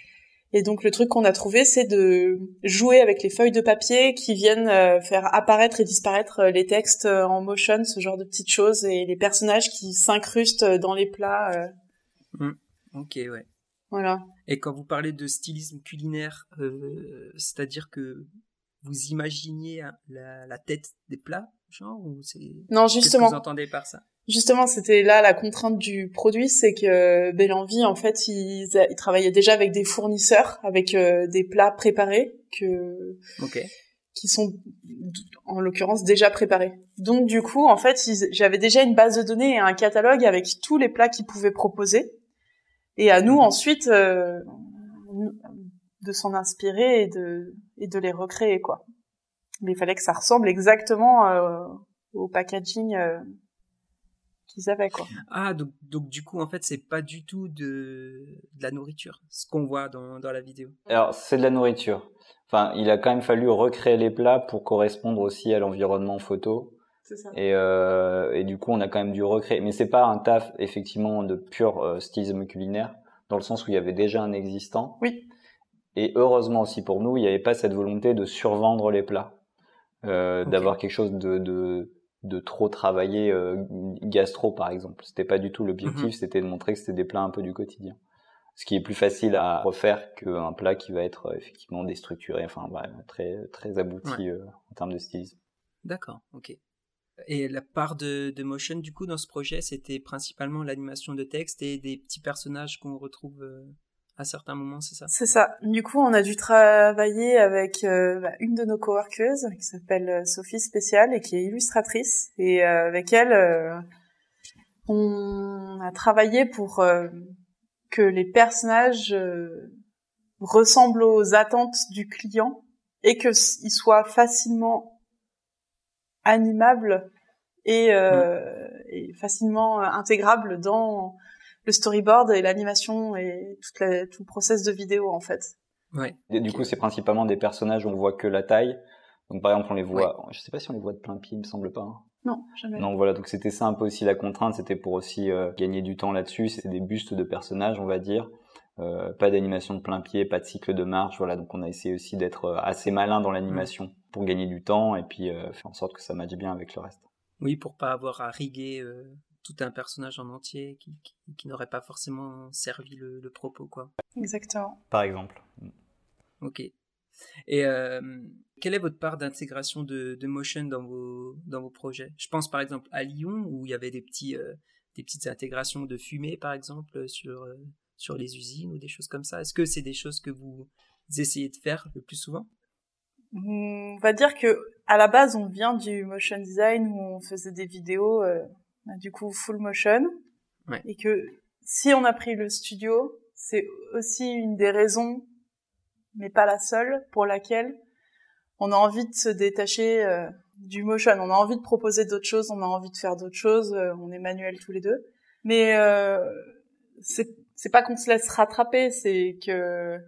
Et donc le truc qu'on a trouvé, c'est de jouer avec les feuilles de papier qui viennent euh, faire apparaître et disparaître les textes en motion, ce genre de petites choses, et les personnages qui s'incrustent dans les plats. Euh. Mmh. Ok, ouais. Voilà. Et quand vous parlez de stylisme culinaire, euh, c'est-à-dire que vous imaginiez la, la tête des plats, genre, ou c'est... Non, justement. Qu'est-ce que vous entendez par ça? Justement, c'était là la contrainte du produit, c'est que Bel-Envie, en fait, ils, ils travaillaient déjà avec des fournisseurs, avec euh, des plats préparés que okay. qui sont en l'occurrence déjà préparés. Donc du coup, en fait, ils, j'avais déjà une base de données et un catalogue avec tous les plats qu'ils pouvaient proposer, et à nous mmh. ensuite euh, de s'en inspirer et de et de les recréer, quoi. Mais il fallait que ça ressemble exactement euh, au packaging. Euh, qu'ils avaient, quoi. Ah, donc, donc du coup, en fait, c'est pas du tout de, de la nourriture, ce qu'on voit dans, dans la vidéo. Alors, c'est de la nourriture. Enfin, il a quand même fallu recréer les plats pour correspondre aussi à l'environnement photo. C'est ça. Et, euh, et du coup, on a quand même dû recréer. Mais c'est pas un taf, effectivement, de pur euh, stylisme culinaire, dans le sens où il y avait déjà un existant. Oui. Et heureusement aussi pour nous, il n'y avait pas cette volonté de survendre les plats. Euh, okay. D'avoir quelque chose de... de de trop travailler euh, gastro par exemple. C'était pas du tout l'objectif, mmh. c'était de montrer que c'était des plats un peu du quotidien. Ce qui est plus facile à refaire qu'un plat qui va être euh, effectivement déstructuré, enfin bah, très très abouti ouais. euh, en termes de stylisme. D'accord, ok. Et la part de, de motion du coup dans ce projet, c'était principalement l'animation de texte et des petits personnages qu'on retrouve euh, à certains moments, c'est ça? C'est ça. Du coup, on a dû travailler avec euh, bah, une de nos coworkeuses qui s'appelle Sophie Spécial et qui est illustratrice. Et euh, avec elle, euh, on a travaillé pour euh, que les personnages euh, ressemblent aux attentes du client et qu'ils soient facilement animables et, euh, mmh. et facilement intégrables dans le storyboard et l'animation et toute la, tout le process de vidéo, en fait. Ouais. Et du coup, c'est principalement des personnages où on voit que la taille. Donc, par exemple, on les voit, ouais. je sais pas si on les voit de plein pied, il me semble pas. Hein. Non, jamais. Non, voilà. Donc, c'était ça un peu aussi la contrainte. C'était pour aussi euh, gagner du temps là-dessus. C'était des bustes de personnages, on va dire. Euh, pas d'animation de plein pied, pas de cycle de marche. Voilà. Donc, on a essayé aussi d'être assez malin dans l'animation mmh. pour gagner du temps et puis euh, faire en sorte que ça matche bien avec le reste. Oui, pour pas avoir à riguer euh, tout un personnage en entier qui, qui, qui n'aurait pas forcément servi le, le propos, quoi. Exactement. Par exemple. Ok. Et euh, quelle est votre part d'intégration de, de motion dans vos, dans vos projets? Je pense par exemple à Lyon où il y avait des, petits, euh, des petites intégrations de fumée, par exemple, sur, euh, sur les usines ou des choses comme ça. Est-ce que c'est des choses que vous essayez de faire le plus souvent? On va dire que à la base, on vient du motion design où on faisait des vidéos, euh, du coup full motion, ouais. et que si on a pris le studio, c'est aussi une des raisons, mais pas la seule, pour laquelle on a envie de se détacher euh, du motion. On a envie de proposer d'autres choses, on a envie de faire d'autres choses. Euh, on est manuels tous les deux, mais euh, c'est c'est pas qu'on se laisse rattraper, c'est que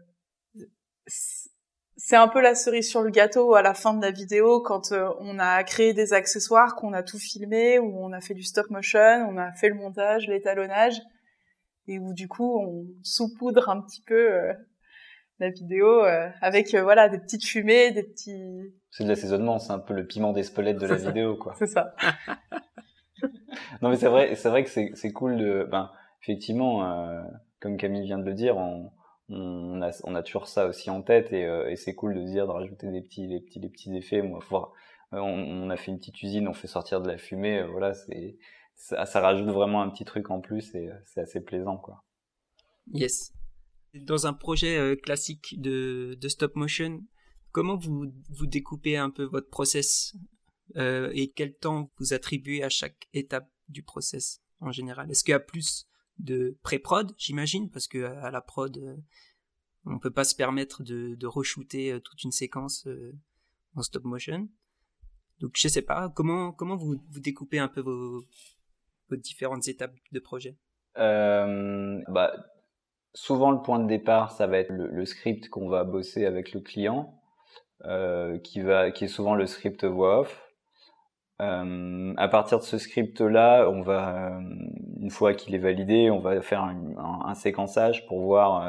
c'est un peu la cerise sur le gâteau à la fin de la vidéo quand euh, on a créé des accessoires, qu'on a tout filmé, où on a fait du stop motion, on a fait le montage, l'étalonnage, et où du coup on saupoudre un petit peu euh, la vidéo euh, avec euh, voilà des petites fumées, des petits. C'est de l'assaisonnement, c'est un peu le piment d'Espelette de la ça. vidéo, quoi. C'est ça. Non mais c'est vrai, c'est vrai que c'est c'est cool de, ben effectivement, euh, comme Camille vient de le dire, on On a, on a toujours ça aussi en tête et, euh, et c'est cool de dire de rajouter des petits, des petits, des petits effets. Moi, faut, on, on a fait une petite usine, on fait sortir de la fumée, euh, voilà, c'est, ça, ça rajoute vraiment un petit truc en plus et euh, c'est assez plaisant, quoi. Yes. Dans un projet euh, classique de, de stop motion, comment vous, vous découpez un peu votre process euh, et quel temps vous attribuez à chaque étape du process en général? Est-ce qu'il y a plus de pré-prod, j'imagine, parce que à la prod, euh, on peut pas se permettre de, de re-shooter euh, toute une séquence euh, en stop motion. Donc, je sais pas, comment comment vous, vous découpez un peu vos, vos différentes étapes de projet? euh, bah, Souvent, le point de départ, ça va être le, le script qu'on va bosser avec le client, euh, qui va, qui est souvent le script voix off. Euh, à partir de ce script-là, on va, euh, une fois qu'il est validé, on va faire un, un, un séquençage pour voir euh,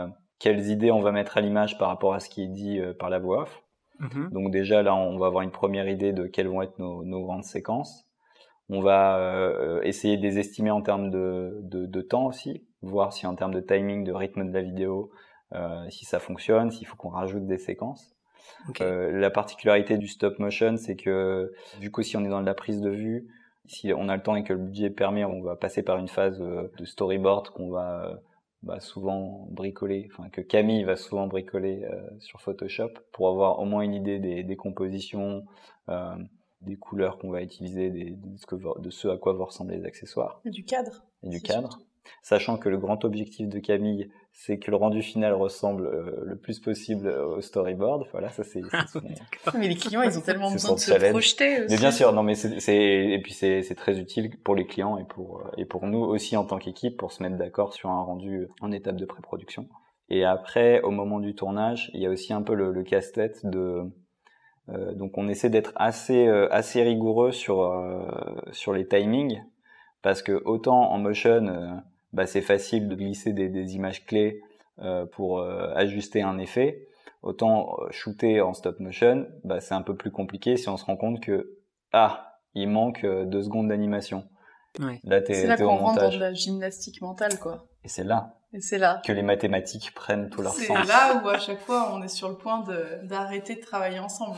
quelles idées on va mettre à l'image par rapport à ce qui est dit euh, par la voix off. Mm-hmm. Donc déjà là, on va avoir une première idée de quelles vont être nos, nos grandes séquences. On va euh, essayer de les estimer en termes de, de, de temps aussi, voir si en termes de timing, de rythme de la vidéo, euh, si ça fonctionne, s'il faut qu'on rajoute des séquences. Okay. Euh, la particularité du stop motion, c'est que vu qu'aussi on est dans de la prise de vue, si on a le temps et que le budget permet, on va passer par une phase de storyboard qu'on va euh, bah, souvent bricoler, enfin que Camille va souvent bricoler euh, sur Photoshop pour avoir au moins une idée des, des compositions, euh, des couleurs qu'on va utiliser, des, de, ce que, de ce à quoi vont ressembler les accessoires. Et du cadre. Et du cadre. Surtout. Sachant que le grand objectif de Camille, c'est que le rendu final ressemble euh, le plus possible au storyboard. Voilà, ça c'est. c'est son... Mais les clients, ils ont tellement besoin de se challenge. projeter aussi. Mais bien sûr, non, mais c'est, c'est et puis c'est, c'est très utile pour les clients et pour et pour nous aussi en tant qu'équipe pour se mettre d'accord sur un rendu en étape de pré-production. Et après, au moment du tournage, il y a aussi un peu le, le casse-tête de. Euh, donc, on essaie d'être assez euh, assez rigoureux sur euh, sur les timings parce que autant en motion. Euh, bah c'est facile de glisser des, des images clés euh, pour euh, ajuster un effet. Autant euh, shooter en stop motion, bah c'est un peu plus compliqué si on se rend compte que ah il manque euh, deux secondes d'animation. Ouais. Là t'es, c'est là t'es qu'on au montage. rentre dans de la gymnastique mentale quoi. Et c'est là. Et c'est là que les mathématiques prennent tout leur c'est sens. C'est là où à chaque fois on est sur le point de d'arrêter de travailler ensemble.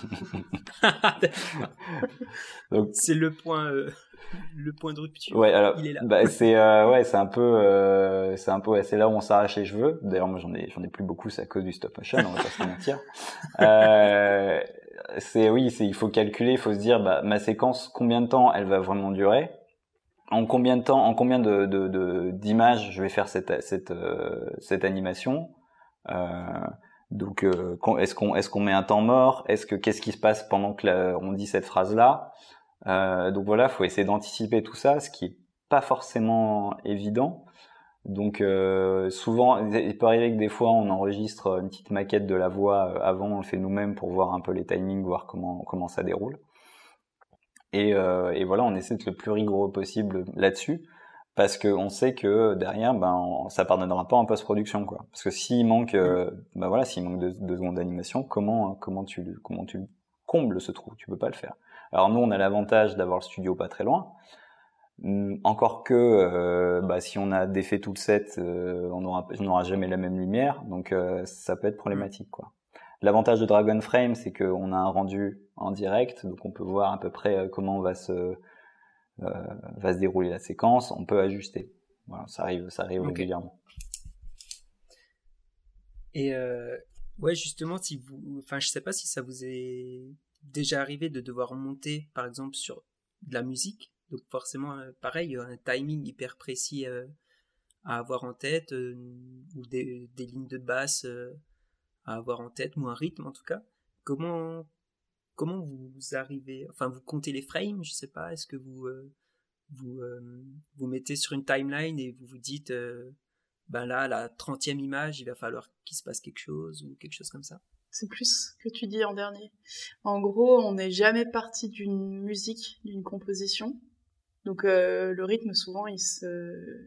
Donc c'est le point. Euh... Le point de rupture. Ouais, alors, il est là. Bah, c'est euh, ouais, c'est un peu, euh, c'est un peu, ouais, c'est là où on s'arrache les cheveux. D'ailleurs, moi, j'en ai, j'en ai plus beaucoup, c'est à cause du stop motion, on va pas se mentir. Euh, c'est oui, c'est, il faut calculer, il faut se dire, bah, ma séquence, combien de temps elle va vraiment durer, en combien de temps, en combien de, de, de d'images je vais faire cette, cette, euh, cette animation. Euh, donc, euh, est-ce qu'on, est-ce qu'on met un temps mort, est-ce que, qu'est-ce qui se passe pendant que la, on dit cette phrase-là? Euh, donc voilà, faut essayer d'anticiper tout ça, ce qui est pas forcément évident. Donc euh, souvent, il peut arriver que des fois on enregistre une petite maquette de la voix avant, on le fait nous-mêmes pour voir un peu les timings, voir comment comment ça déroule. Et, euh, et voilà, on essaie d'être le plus rigoureux possible là-dessus, parce que on sait que derrière, ben ça pardonnera pas en post-production, quoi. Parce que s'il manque, euh, ben voilà, s'il manque deux, deux secondes d'animation, comment comment tu comment tu combles ce trou? Tu peux pas le faire. Alors nous, on a l'avantage d'avoir le studio pas très loin. Encore que, euh, bah, si on a défait tout le set, euh, on n'aura on n'aura jamais la même lumière, donc euh, ça peut être problématique, quoi. L'avantage de Dragon Frame, c'est qu'on a un rendu en direct, donc on peut voir à peu près comment va se euh, va se dérouler la séquence. On peut ajuster. Voilà, ça arrive, ça arrive okay. régulièrement. Et euh, ouais, justement, si vous, enfin, je sais pas si ça vous est déjà arrivé de devoir monter, par exemple, sur de la musique. Donc forcément, euh, pareil, il y a un timing hyper précis euh, à avoir en tête, euh, ou des, des lignes de basse euh, à avoir en tête, ou un rythme en tout cas. Comment comment vous arrivez, enfin vous comptez les frames, je sais pas, est-ce que vous euh, vous euh, vous mettez sur une timeline et vous vous dites, euh, ben là, la trentième image, il va falloir qu'il se passe quelque chose ou quelque chose comme ça. C'est plus ce que tu dis en dernier. En gros, on n'est jamais parti d'une musique, d'une composition. Donc euh, le rythme, souvent, il se...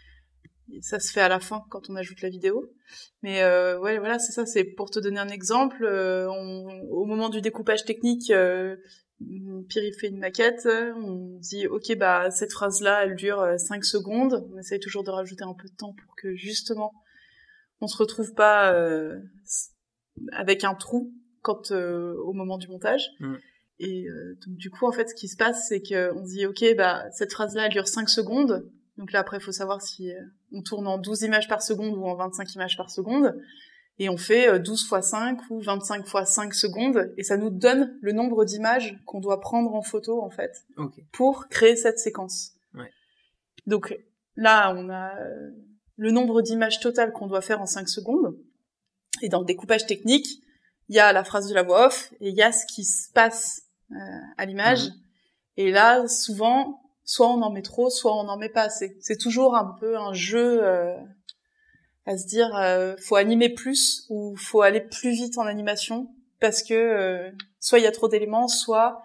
ça se fait à la fin, quand on ajoute la vidéo. Mais euh, ouais, voilà, c'est ça. C'est pour te donner un exemple. Euh, on... Au moment du découpage technique, euh, Pierre il fait une maquette. On dit, ok, bah cette phrase-là, elle dure cinq secondes. On essaye toujours de rajouter un peu de temps pour que justement, on se retrouve pas euh, avec un trou quand euh, au moment du montage. Mm. Et euh, donc du coup en fait ce qui se passe c'est que on dit ok bah cette phrase là elle dure cinq secondes. Donc là après il faut savoir si euh, on tourne en douze images par seconde ou en vingt-cinq images par seconde et on fait euh, douze fois cinq ou vingt-cinq fois cinq secondes et ça nous donne le nombre d'images qu'on doit prendre en photo en fait okay. pour créer cette séquence. Ouais. Donc là on a euh, le nombre d'images totales qu'on doit faire en cinq secondes. Et dans le découpage technique, il y a la phrase de la voix off et il y a ce qui se passe euh, à l'image. Mmh. Et là, souvent, soit on en met trop, soit on en met pas assez. C'est toujours un peu un jeu euh, à se dire, euh, faut animer plus ou faut aller plus vite en animation parce que euh, soit il y a trop d'éléments, soit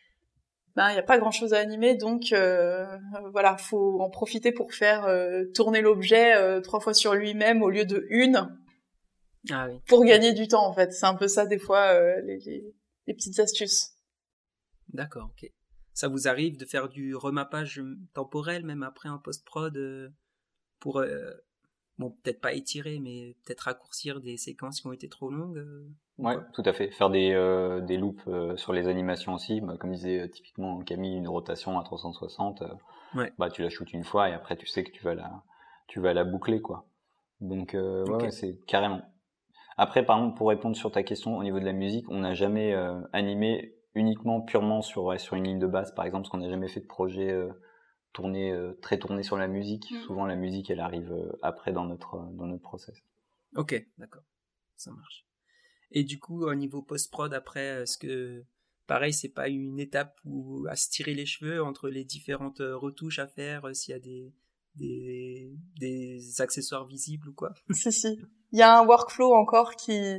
ben il y a pas grand-chose à animer. Donc euh, voilà, faut en profiter pour faire euh, tourner l'objet euh, trois fois sur lui-même au lieu de une. Ah oui. Pour gagner du temps, en fait. C'est un peu ça, des fois, euh, les, les, les petites astuces. D'accord, ok. Ça vous arrive de faire du remappage temporel, même après un post-prod, euh, pour, euh, bon, peut-être pas étirer, mais peut-être raccourcir des séquences qui ont été trop longues euh, Ouais, tout à fait. Faire des, euh, des loops euh, sur les animations aussi. Bah, comme disait euh, typiquement Camille, une rotation à trois cent soixante, euh, ouais. bah, tu la shootes une fois et après tu sais que tu vas la, tu vas la boucler, quoi. Donc, euh, ouais, Okay. ouais, c'est carrément. Après, par exemple, pour répondre sur ta question au niveau de la musique, on n'a jamais euh, animé uniquement purement sur, ouais, sur une ligne de basse, par exemple, parce qu'on n'a jamais fait de projet euh, tourné, euh, très tourné sur la musique. Mm. Souvent, la musique, elle arrive euh, après dans notre, euh, dans notre process. Ok, d'accord. Ça marche. Et du coup, au niveau post-prod, après, est-ce que, pareil, c'est pas une étape où à se tirer les cheveux entre les différentes retouches à faire, s'il y a des, des, des accessoires visibles ou quoi? Si, si. Il y a un workflow encore qui,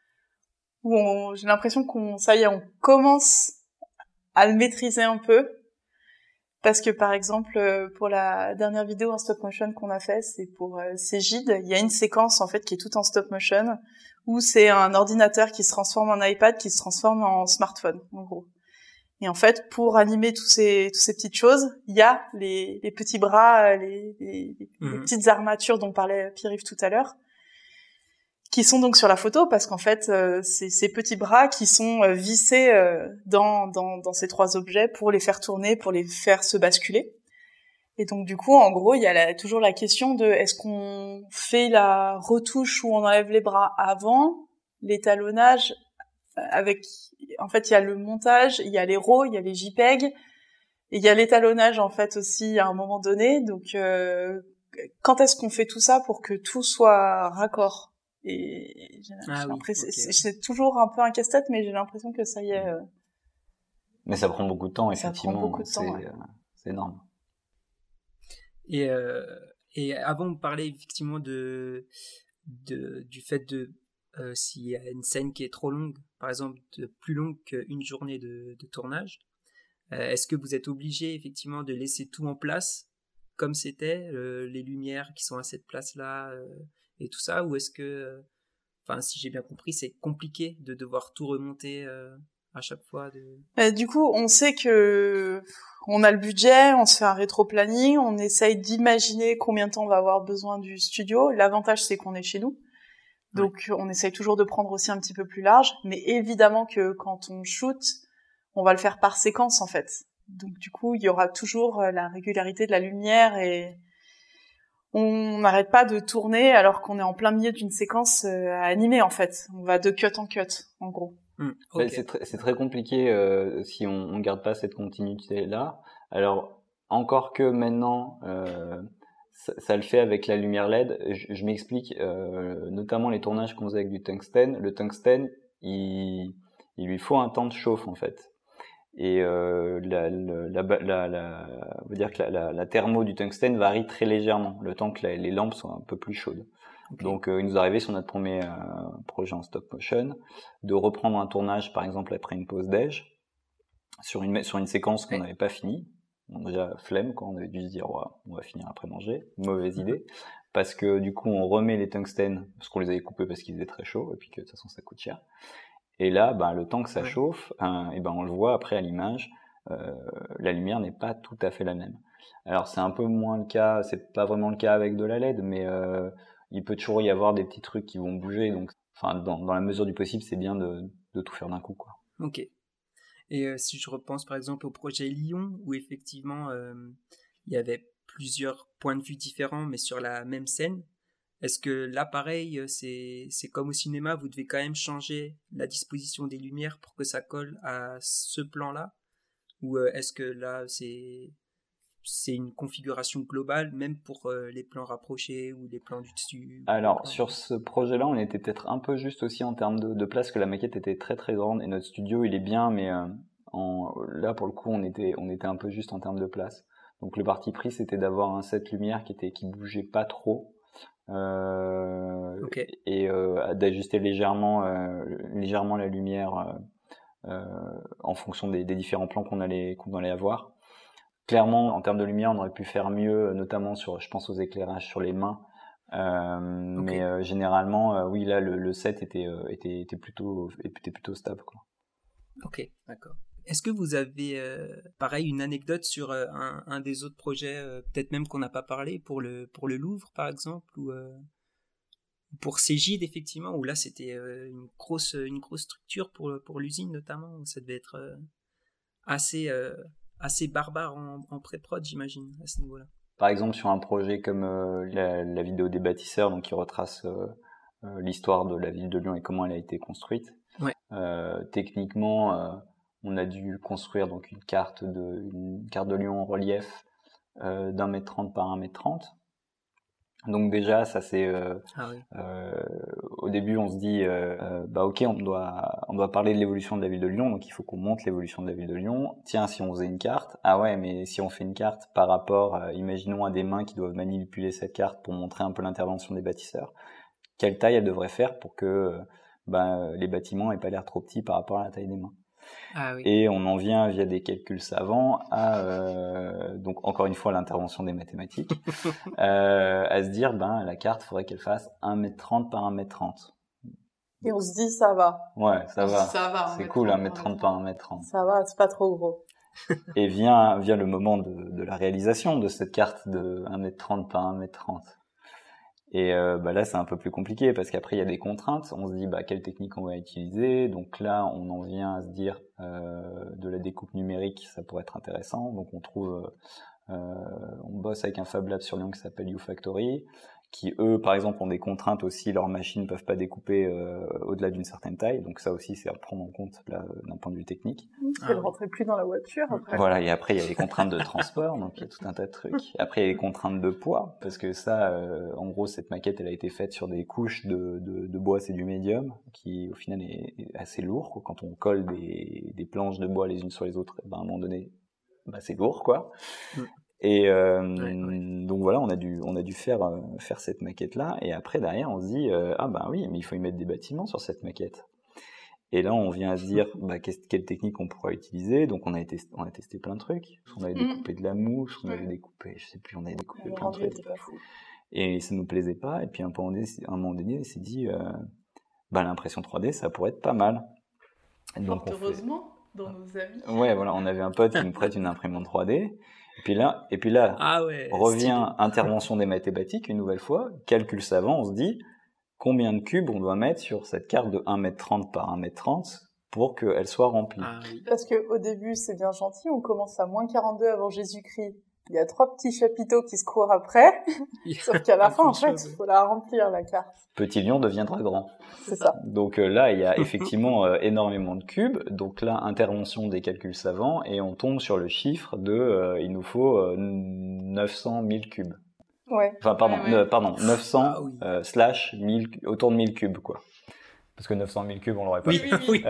où on, j'ai l'impression qu'on, ça y est, on commence à le maîtriser un peu. Parce que, par exemple, pour la dernière vidéo en stop motion qu'on a fait, c'est pour euh, Cégide. Il y a une séquence, en fait, qui est toute en stop motion, où c'est un ordinateur qui se transforme en iPad, qui se transforme en smartphone, en gros. Et en fait, pour animer tous ces, toutes ces petites choses, il y a les, les petits bras, les, les, mmh. les petites armatures dont parlait Pierre-Yves tout à l'heure, qui sont donc sur la photo, parce qu'en fait, euh, c'est ces petits bras qui sont euh, vissés euh, dans, dans, dans ces trois objets pour les faire tourner, pour les faire se basculer. Et donc, du coup, en gros, il y a la, toujours la question de est-ce qu'on fait la retouche où on enlève les bras avant, l'étalonnage, avec... En fait, il y a le montage, il y a les RAW, il y a les JPEG, et il y a l'étalonnage, en fait, aussi, à un moment donné. Donc, euh, quand est-ce qu'on fait tout ça pour que tout soit raccord ? Et j'ai, ah j'ai oui, l'impression, okay. c'est, c'est toujours un peu un casse-tête, mais j'ai l'impression que ça y est. Euh... Mais ça prend beaucoup de temps, ça effectivement. Prend beaucoup de c'est, temps, ouais. euh, c'est énorme. Et, euh, et avant de parler effectivement de, de du fait de euh, s'il y a une scène qui est trop longue, par exemple de plus longue qu'une journée de, de tournage, euh, est-ce que vous êtes obligé effectivement de laisser tout en place comme c'était, euh, les lumières qui sont à cette place-là euh, et tout ça, ou est-ce que, enfin, euh, si j'ai bien compris, c'est compliqué de devoir tout remonter euh, à chaque fois de... euh, Du coup, on sait que on a le budget, on se fait un rétro-planning, on essaye d'imaginer combien de temps on va avoir besoin du studio. L'avantage, c'est qu'on est chez nous. Donc, ouais. On essaye toujours de prendre aussi un petit peu plus large. Mais évidemment que quand on shoot, on va le faire par séquence, en fait. Donc, du coup, il y aura toujours la régularité de la lumière et on n'arrête pas de tourner alors qu'on est en plein milieu d'une séquence à animer, en fait. On va de cut en cut, en gros. Mmh, okay. Ben, c'est, tr- c'est très compliqué euh, si on, on garde pas cette continuité-là. Alors, encore que maintenant... Euh, Ça, ça le fait avec la lumière L E D. Je, je m'explique, euh, notamment les tournages qu'on faisait avec du tungstène. Le tungstène, il, il lui faut un temps de chauffe en fait. Et euh, la, la, la, la, la, on va dire que la, la, la thermo du tungstène varie très légèrement, le temps que la, les lampes soient un peu plus chaudes. Okay. Donc, euh, il nous est arrivé sur notre premier euh, projet en stop motion de reprendre un tournage, par exemple après une pause déj, sur une sur une séquence qu'on n'avait pas finie. On a déjà flemme quand on avait dû se dire ouais, on va finir après manger, mauvaise idée, parce que du coup on remet les tungstènes parce qu'on les avait coupés parce qu'ils étaient très chauds et puis que de toute façon ça coûte cher. Et là, ben le temps que ça ouais. chauffe, hein, et ben on le voit après à l'image, euh, la lumière n'est pas tout à fait la même. Alors c'est un peu moins le cas, c'est pas vraiment le cas avec de la L E D, mais euh, il peut toujours y avoir des petits trucs qui vont bouger, donc enfin dans, dans la mesure du possible, c'est bien de, de tout faire d'un coup quoi. Ok. Et euh, si je repense par exemple au projet Lyon, où effectivement euh, il y avait plusieurs points de vue différents, mais sur la même scène, est-ce que là, pareil, c'est, c'est comme au cinéma, vous devez quand même changer la disposition des lumières pour que ça colle à ce plan-là? Ou euh, est-ce que là, c'est, c'est une configuration globale, même pour euh, les plans rapprochés ou les plans du dessus? Alors, sur ce projet-là, on était peut-être un peu juste aussi en termes de, de place, que la maquette était très très grande et notre studio, il est bien, mais euh, en, là, pour le coup, on était, on était un peu juste en termes de place. Donc, le parti pris, c'était d'avoir un set lumière qui était, qui bougeait pas trop. Euh, okay. Et euh, d'ajuster légèrement, euh, légèrement la lumière euh, euh, en fonction des, des différents plans qu'on allait, qu'on allait avoir. Clairement, en termes de lumière, on aurait pu faire mieux, notamment sur, je pense aux éclairages sur les mains, Euh, okay. Mais euh, généralement, euh, oui, là, le, le set était, euh, était, était, plutôt, était plutôt stable, quoi. Ok, d'accord. Est-ce que vous avez, euh, pareil, une anecdote sur euh, un, un des autres projets, euh, peut-être même qu'on n'a pas parlé, pour le, pour le Louvre, par exemple, ou euh, pour Cégide, effectivement, où là, c'était euh, une, grosse, une grosse structure pour, pour l'usine, notamment, où ça devait être euh, assez, euh, assez barbare en, en pré-prod, j'imagine, à ce niveau-là. Par exemple, sur un projet comme euh, la, la vidéo des bâtisseurs, donc qui retrace euh, euh, l'histoire de la ville de Lyon et comment elle a été construite, ouais. euh, techniquement... Euh, on a dû construire donc une carte de, une carte de Lyon en relief euh, d'un mètre trente par un mètre trente. Donc déjà, ça c'est euh, ah oui. euh, au début on se dit euh, bah ok, on doit on doit parler de l'évolution de la ville de Lyon, donc il faut qu'on montre l'évolution de la ville de Lyon. Tiens, si on faisait une carte, ah ouais, mais si on fait une carte par rapport, euh, imaginons à des mains qui doivent manipuler cette carte pour montrer un peu l'intervention des bâtisseurs, quelle taille elle devrait faire pour que euh, bah, les bâtiments aient pas l'air trop petits par rapport à la taille des mains. Ah oui. Et on en vient via des calculs savants à euh, donc encore une fois l'intervention des mathématiques euh, à se dire ben la carte faudrait qu'elle fasse un mètre trente par un mètre trente. Et on se dit ça va. Ouais, ça on va. Ça va c'est cool un mètre trente par un mètre trente. Ça va, c'est pas trop gros. Et vient vient le moment de, de la réalisation de cette carte de un mètre trente par un mètre trente. Et euh, bah là c'est un peu plus compliqué parce qu'après il y a des contraintes, on se dit bah quelle technique on va utiliser, donc là on en vient à se dire euh, de la découpe numérique, ça pourrait être intéressant, donc on trouve euh, on bosse avec un Fab Lab sur Lyon qui s'appelle YouFactory, qui eux par exemple ont des contraintes aussi, leurs machines peuvent pas découper euh, au-delà d'une certaine taille, donc ça aussi c'est à prendre en compte là d'un point de vue technique. Parce qu'elle rentrait plus dans la voiture après. Voilà, et après il y a les contraintes de transport, donc il y a tout un tas de trucs. Après il y a les contraintes de poids, parce que ça, euh, en gros cette maquette elle a été faite sur des couches de, de, de bois, c'est du médium, qui au final est, est assez lourd, quoi. Quand on colle des, des planches de bois les unes sur les autres, ben, à un moment donné, bah, c'est lourd quoi. Mm. Et euh, ouais, ouais. donc voilà, on a dû on a dû faire euh, faire cette maquette là, et après derrière on se dit euh, ah ben oui, mais il faut y mettre des bâtiments sur cette maquette. Et là on vient à se dire bah quelle technique on pourra utiliser. Donc on a été on a testé plein de trucs. On avait découpé de la mousse, on avait découpé, je sais plus, on avait découpé plein de trucs. Et ça nous plaisait pas. Et puis à un moment donné, un moment donné, il s'est dit euh, bah l'impression trois D ça pourrait être pas mal. Donc Fort heureusement fait... dans nos amis. Ouais voilà, on avait un pote qui nous prête une imprimante trois D. Et puis là, et puis là, ah ouais, revient intervention des mathématiques une nouvelle fois, calcul savant, on se dit combien de cubes on doit mettre sur cette carte de un mètre trente par un mètre trente pour qu'elle soit remplie. Ah, oui. Parce que au début, c'est bien gentil, on commence à moins quarante-deux avant Jésus-Christ. Il y a trois petits chapiteaux qui se courent après, sauf qu'à la fin, en fait, il faut la remplir, la carte. Petit lion deviendra grand. C'est ça. Donc euh, là, il y a effectivement euh, énormément de cubes. Donc là, intervention des calculs savants, et on tombe sur le chiffre de, euh, il nous faut euh, neuf cent mille cubes. Ouais. Enfin, pardon, ouais, ouais. Euh, pardon, neuf cents ah, oui. euh, slash mille, autour de mille cubes, quoi. Parce que neuf cent mille cubes, on l'aurait pas oui, fait. Oui,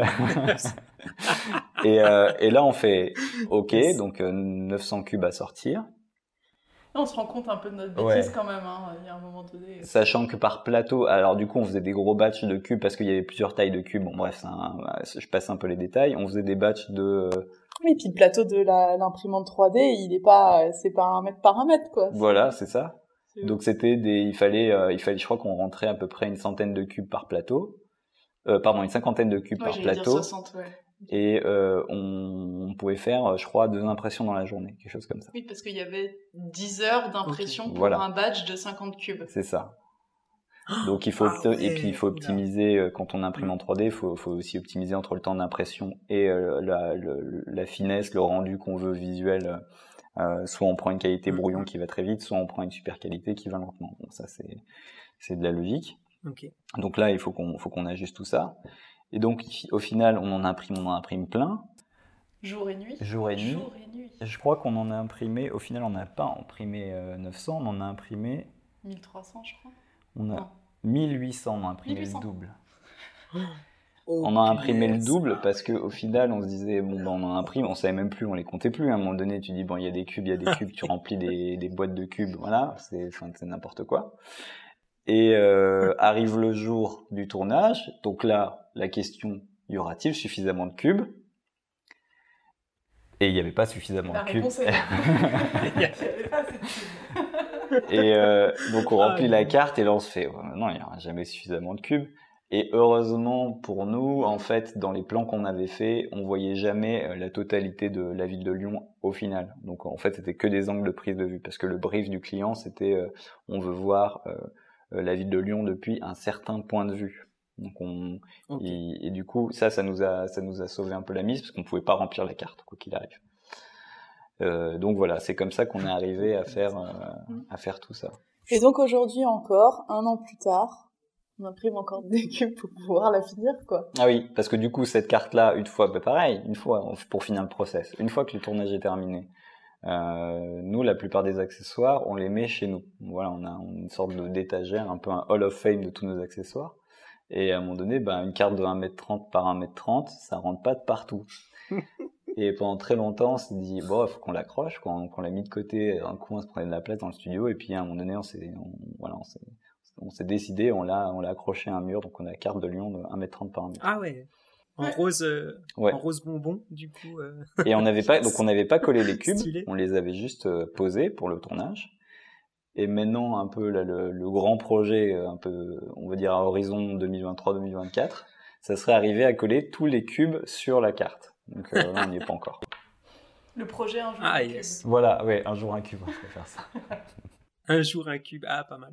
et, euh, et là, on fait OK, donc euh, neuf cents cubes à sortir. On se rend compte un peu de notre bêtise ouais. quand même, hein. Il y a un moment donné. Sachant que par plateau, alors du coup, on faisait des gros batchs de cubes parce qu'il y avait plusieurs tailles de cubes. Bon, bref, c'est un, je passe un peu les détails. On faisait des batchs de. Oui, et puis le plateau de la, l'imprimante trois D, il est pas, c'est pas un mètre par un mètre, quoi. Voilà, c'est ça. C'est Donc c'était des, il fallait, euh, il fallait, je crois qu'on rentrait à peu près une centaine de cubes par plateau. Euh, pardon, une cinquantaine de cubes ouais, par plateau. Dire soixante, ouais. Et euh, on, on pouvait faire, je crois, deux impressions dans la journée, quelque chose comme ça. Oui, parce qu'il y avait dix heures d'impression okay. pour voilà. un batch de cinquante cubes. C'est ça. Donc il faut ah, ouais. et puis il faut optimiser euh, quand on imprime en trois D, il faut, faut aussi optimiser entre le temps d'impression et euh, la, le, la finesse, le rendu qu'on veut visuel. Euh, soit on prend une qualité brouillon qui va très vite, soit on prend une super qualité qui va lentement. Bon, ça c'est c'est de la logique. Okay. Donc là il faut qu'on faut qu'on ajuste tout ça. Et donc, au final, on en imprime, on en imprime plein. Jour et nuit. Jour et nuit. Jour et nuit. Je crois qu'on en a imprimé, au final, on n'a pas imprimé euh, neuf cents, on en a imprimé... mille trois cents, je crois. On a non. mille huit cents, on a imprimé mille huit cents. Le double. Oh, on a imprimé le double parce qu'au final, on se disait, bon, ben, on en imprime, on savait même plus, on les comptait plus. À un moment donné, tu dis, bon, il y a des cubes, il y a des cubes, tu remplis des, des boîtes de cubes, voilà, c'est, c'est n'importe quoi. Et euh, arrive le jour du tournage, donc là, la question... y aura-t-il suffisamment de cubes ? Et il n'y avait pas suffisamment La de cubes. La réponse est non. Il n'y avait pas assez de cubes. Et euh, donc on remplit ah, la carte et là on se fait, oh, non, il n'y aura jamais suffisamment de cubes. Et heureusement pour nous, en fait, dans les plans qu'on avait faits, on voyait jamais la totalité de la ville de Lyon au final. Donc en fait, c'était que des angles de prise de vue, parce que le brief du client, c'était euh, on veut voir euh, la ville de Lyon depuis un certain point de vue. Donc on okay. et, et du coup, ça, ça nous a ça nous a sauvé un peu la mise, parce qu'on pouvait pas remplir la carte quoi qu'il arrive. Euh, donc voilà, c'est comme ça qu'on est arrivé à faire euh, à faire tout ça. Et donc aujourd'hui encore, un an plus tard, on imprime encore des cubes pour pouvoir la finir, quoi. Ah oui, parce que du coup, cette carte-là, une fois, bah pareil, une fois, pour finir le process, une fois que le tournage est terminé, euh, nous, la plupart des accessoires, on les met chez nous. Voilà, on a une sorte de d'étagère, un peu un hall of fame de tous nos accessoires. Et à un moment donné, bah, une carte de un mètre trente par un mètre trente, ça rentre pas de partout. Et pendant très longtemps, on s'est dit, bon, il faut qu'on l'accroche, qu'on, qu'on l'a mis de côté, un coup, on se prenait de la place dans le studio, et puis à un moment donné, on s'est, on, voilà, on s'est, on s'est décidé, on l'a, on l'a accroché à un mur, donc on a la carte de Lyon de un mètre trente par un mètre. Ah ouais. En ouais. rose, euh, ouais. en rose bonbon, du coup. Euh... Et on n'avait pas, donc on n'avait pas collé les cubes, stylé. On les avait juste euh, posés pour le tournage. Et maintenant, un peu là, le, le grand projet, un peu, on va dire à horizon deux mille vingt-trois deux mille vingt-quatre, ça serait arrivé à coller tous les cubes sur la carte. Donc euh, là, on n'y est pas encore. Le projet un jour ah, un yes. cube. Voilà, ouais, un jour un cube, on peut faire ça. Un jour un cube, ah pas mal.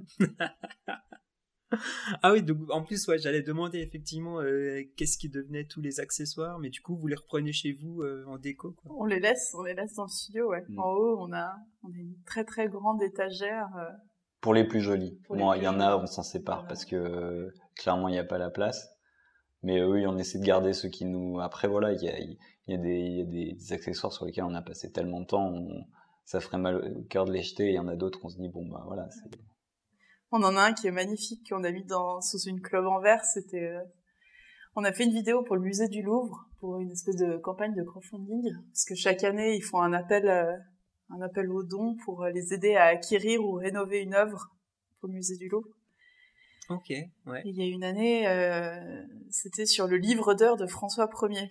Ah oui, donc en plus ouais, j'allais demander effectivement euh, qu'est-ce qui devenait tous les accessoires, mais du coup vous les reprenez chez vous euh, en déco quoi. On les laisse, on les laisse dans le studio, ouais. Mmh. En haut, on a, on a une très très grande étagère. Euh... Pour les plus jolis. Moi, il y en a, on s'en sépare voilà. Parce que euh, clairement il n'y a pas la place. Mais euh, oui, on essaie de garder ceux qui nous. Après voilà, il y a, il y a des, il y a des, des accessoires sur lesquels on a passé tellement de temps. On... ça ferait mal au cœur de les jeter, et il y en a d'autres, on se dit, bon, bah voilà. C'est... On en a un qui est magnifique, qu'on a mis dans, sous une clope en verre, c'était... Euh... On a fait une vidéo pour le musée du Louvre, pour une espèce de campagne de crowdfunding, parce que chaque année, ils font un appel, euh, un appel aux dons pour les aider à acquérir ou rénover une œuvre pour le musée du Louvre. Ok, ouais. Et il y a une année, euh, c'était sur le livre d'heures de François Ier.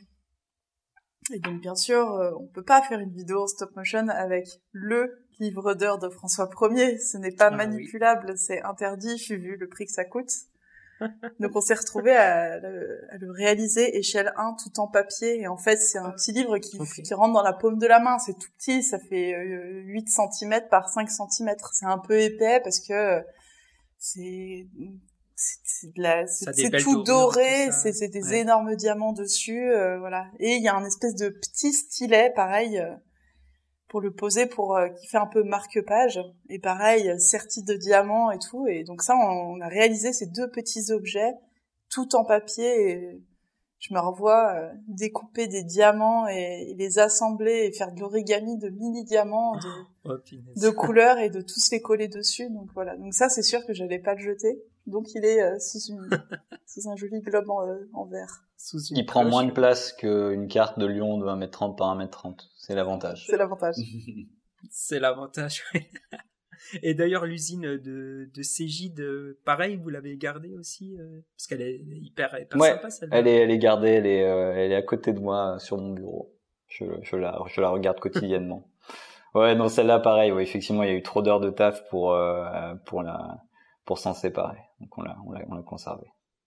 Et donc, bien sûr, euh, on peut pas faire une vidéo en stop motion avec le livre d'heures de François Ier. Ce n'est pas ah, manipulable, oui. C'est interdit, vu le prix que ça coûte. Donc, on s'est retrouvé à le, à le réaliser échelle un, tout en papier. Et en fait, c'est un petit livre qui, okay. qui rentre dans la paume de la main. C'est tout petit, ça fait euh, huit centimètres par cinq centimètres. C'est un peu épais parce que c'est... C'est, c'est, de la, c'est, c'est tout doré, tout c'est, c'est des ouais. énormes diamants dessus, euh, voilà. Et il y a un espèce de petit stylet, pareil, euh, pour le poser, pour euh, qui fait un peu marque-page. Et pareil, serti de diamants et tout. Et donc ça, on, on a réalisé ces deux petits objets, tout en papier. Et je me revois euh, découper des diamants et, et les assembler et faire de l'origami de mini-diamants de, oh, de couleurs et de tous les coller dessus. Donc voilà. Donc ça, c'est sûr que j'allais pas le jeter. Donc il est euh, sous, une, sous un joli globe en, euh, en verre. Sous une il prend moins de place qu'une carte de Lyon de un mètre trente par un mètre trente. C'est l'avantage. C'est l'avantage. C'est l'avantage, oui. Et d'ailleurs, l'usine de, de Cégide, pareil, vous l'avez gardée aussi euh, parce qu'elle est hyper, hyper ouais, sympa, celle-là. Elle est, elle est gardée, elle est, euh, elle est à côté de moi sur mon bureau. Je, je, la, je la regarde quotidiennement. Ouais, non, celle-là, pareil. Ouais, effectivement, il y a eu trop d'heures de taf pour, euh, pour la... pour s'en séparer. Donc on l'a, on l'a, on l'a conservé.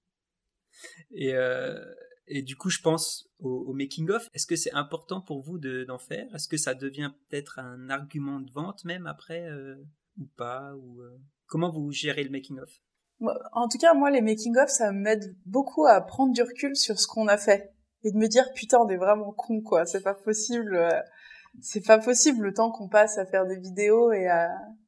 Et, euh, et du coup, je pense au, au making-of. Est-ce que c'est important pour vous de, d'en faire ? Est-ce que ça devient peut-être un argument de vente même après euh, ou pas ou, euh... Comment vous gérez le making-of ? En tout cas, moi, les making-of, ça m'aide beaucoup à prendre du recul sur ce qu'on a fait. Et de me dire, putain, on est vraiment con, quoi. C'est pas possible. Euh... C'est pas possible le temps qu'on passe à faire des vidéos et à...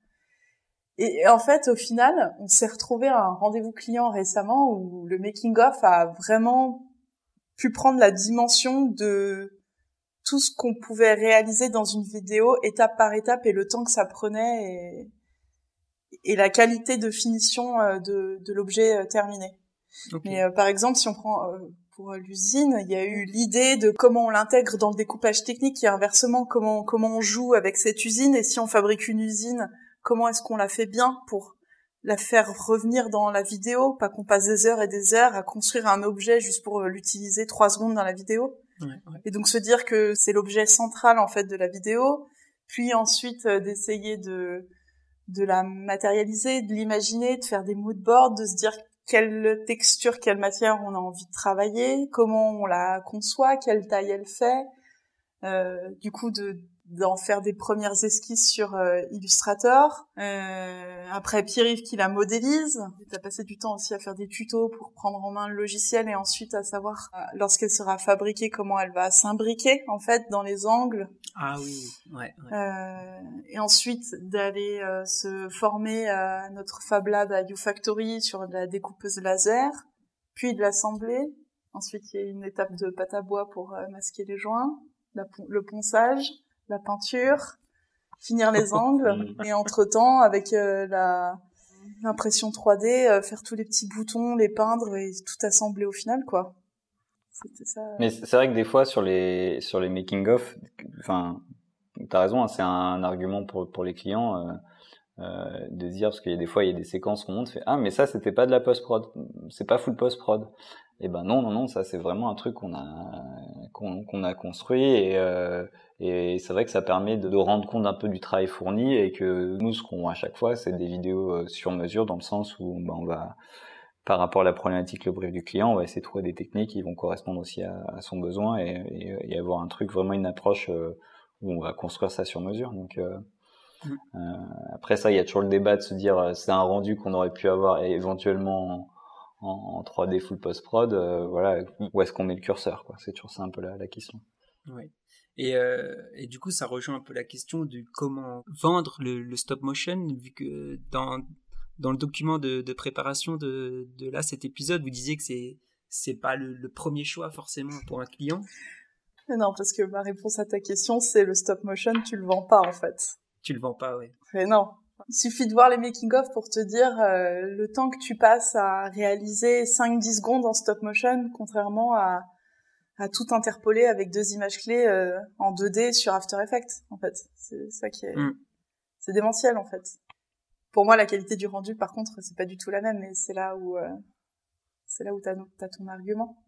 Et en fait, au final, on s'est retrouvé à un rendez-vous client récemment où le making-of a vraiment pu prendre la dimension de tout ce qu'on pouvait réaliser dans une vidéo, étape par étape, et le temps que ça prenait, et, et la qualité de finition de, de l'objet terminé. Okay. Mais euh, par exemple, si on prend euh, pour l'usine, il y a eu l'idée de comment on l'intègre dans le découpage technique, et inversement, comment, comment on joue avec cette usine, et si on fabrique une usine, comment est-ce qu'on la fait bien pour la faire revenir dans la vidéo, pas qu'on passe des heures et des heures à construire un objet juste pour l'utiliser trois secondes dans la vidéo. Ouais, ouais. Et donc se dire que c'est l'objet central en fait de la vidéo, puis ensuite euh, d'essayer de de la matérialiser, de l'imaginer, de faire des mood boards, de se dire quelle texture, quelle matière on a envie de travailler, comment on la conçoit, quelle taille elle fait, euh, du coup de d'en faire des premières esquisses sur euh, Illustrator. Euh, après Pierre-Yves qui la modélise. T'as passé du temps aussi à faire des tutos pour prendre en main le logiciel et ensuite à savoir euh, lorsqu'elle sera fabriquée comment elle va s'imbriquer en fait dans les angles. Ah oui, ouais. ouais. Euh, et ensuite d'aller euh, se former à notre Fab Lab à YouFactory sur de la découpeuse laser, puis de l'assembler. Ensuite il y a une étape de pâte à bois pour euh, masquer les joints, la, le ponçage, la peinture, finir les angles, et entre-temps, avec euh, la l'impression trois D, euh, faire tous les petits boutons, les peindre et tout assembler au final, quoi. C'était ça. Mais c'est vrai que des fois, sur les sur les making-of, enfin, t'as raison, hein, c'est un argument pour pour les clients euh, euh, de dire, parce qu'il y a des fois, il y a des séquences qu'on monte, fait ah mais ça c'était pas de la post-prod, c'est pas full post-prod. Et ben non non non, ça c'est vraiment un truc qu'on a qu'on qu'on a construit et euh, et c'est vrai que ça permet de, de rendre compte un peu du travail fourni et que nous ce qu'on voit à chaque fois c'est des vidéos sur mesure dans le sens où ben on va par rapport à la problématique le brief du client, on va essayer de trouver des techniques qui vont correspondre aussi à, à son besoin et, et, et avoir un truc vraiment une approche euh, où on va construire ça sur mesure. Donc euh, mmh. euh, après ça il y a toujours le débat de se dire c'est un rendu qu'on aurait pu avoir éventuellement en, en trois D full post-prod, euh, voilà, où est-ce qu'on met le curseur, quoi. C'est toujours ça un peu la, la question. Ouais. Et, euh, et du coup, ça rejoint un peu la question de comment vendre le, le stop motion, vu que dans, dans le document de, de préparation de, de là, cet épisode, vous disiez que c'est, c'est pas le, le premier choix forcément pour un client. Non, parce que ma réponse à ta question, c'est le stop motion, tu le vends pas, en fait. Tu le vends pas, ouais. Mais non. Il suffit de voir les making-of pour te dire euh, le temps que tu passes à réaliser cinq dix secondes en stop motion, contrairement à, à tout interpoler avec deux images clés euh, en deux D sur After Effects, en fait. C'est ça qui est... Mm. C'est démentiel, en fait. Pour moi, la qualité du rendu, par contre, c'est pas du tout la même, mais c'est là où euh, c'est là où t'as, t'as ton argument.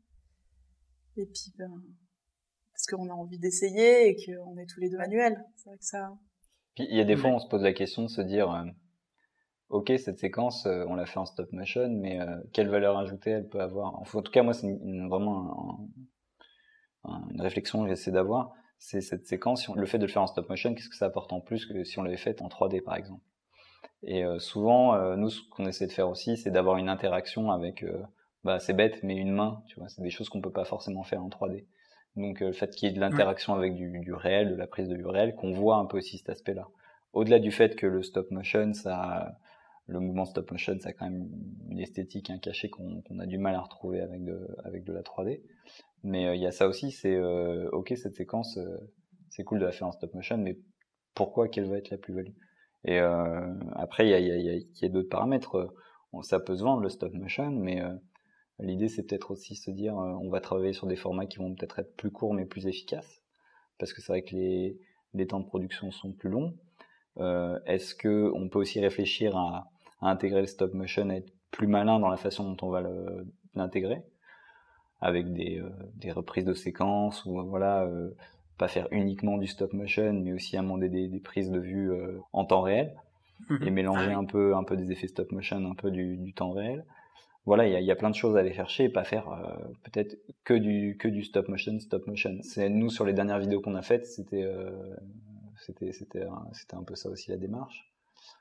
Et puis, ben, parce qu'on a envie d'essayer et qu'on est tous les deux manuels. C'est vrai que ça... Puis il y a des fois, on se pose la question de se dire, euh, ok, cette séquence, euh, on l'a fait en stop motion, mais euh, quelle valeur ajoutée elle peut avoir. Enfin, en tout cas, moi, c'est une, une, vraiment un, un, une réflexion que j'essaie d'avoir. C'est cette séquence, le fait de le faire en stop motion, qu'est-ce que ça apporte en plus que si on l'avait fait en trois D, par exemple. Et euh, souvent, euh, nous, ce qu'on essaie de faire aussi, c'est d'avoir une interaction avec, euh, bah, c'est bête, mais une main, tu vois, c'est des choses qu'on peut pas forcément faire en trois D. Donc, euh, le fait qu'il y ait de l'interaction ouais. avec du, du réel, de la prise de vue réelle, qu'on voit un peu aussi cet aspect-là. Au-delà du fait que le stop motion, ça, le mouvement stop motion, ça a quand même une esthétique, un cachet qu'on, qu'on a du mal à retrouver avec de, avec de la trois D. Mais il euh, y a ça aussi, c'est, euh, ok, cette séquence, euh, c'est cool de la faire en stop motion, mais pourquoi, quelle va être la plus-value? Et euh, après, il y a, y, a, y, a, y a d'autres paramètres. On, ça peut se vendre, le stop motion, mais euh, l'idée, c'est peut-être aussi se dire, euh, on va travailler sur des formats qui vont peut-être être plus courts, mais plus efficaces. Parce que c'est vrai que les, les temps de production sont plus longs. Euh, est-ce que on peut aussi réfléchir à, à intégrer le stop motion, à être plus malin dans la façon dont on va le, l'intégrer, avec des, euh, des reprises de séquences, ou voilà, euh, pas faire uniquement du stop motion, mais aussi amender des, des prises de vue euh, en temps réel, mmh. et mélanger un peu, un peu des effets stop motion, un peu du, du temps réel. Voilà, il y a, y a plein de choses à aller chercher et pas faire euh, peut-être que du, que du stop motion, stop motion. C'est, nous, sur les dernières vidéos qu'on a faites, c'était, euh, c'était, c'était, c'était un peu ça aussi la démarche.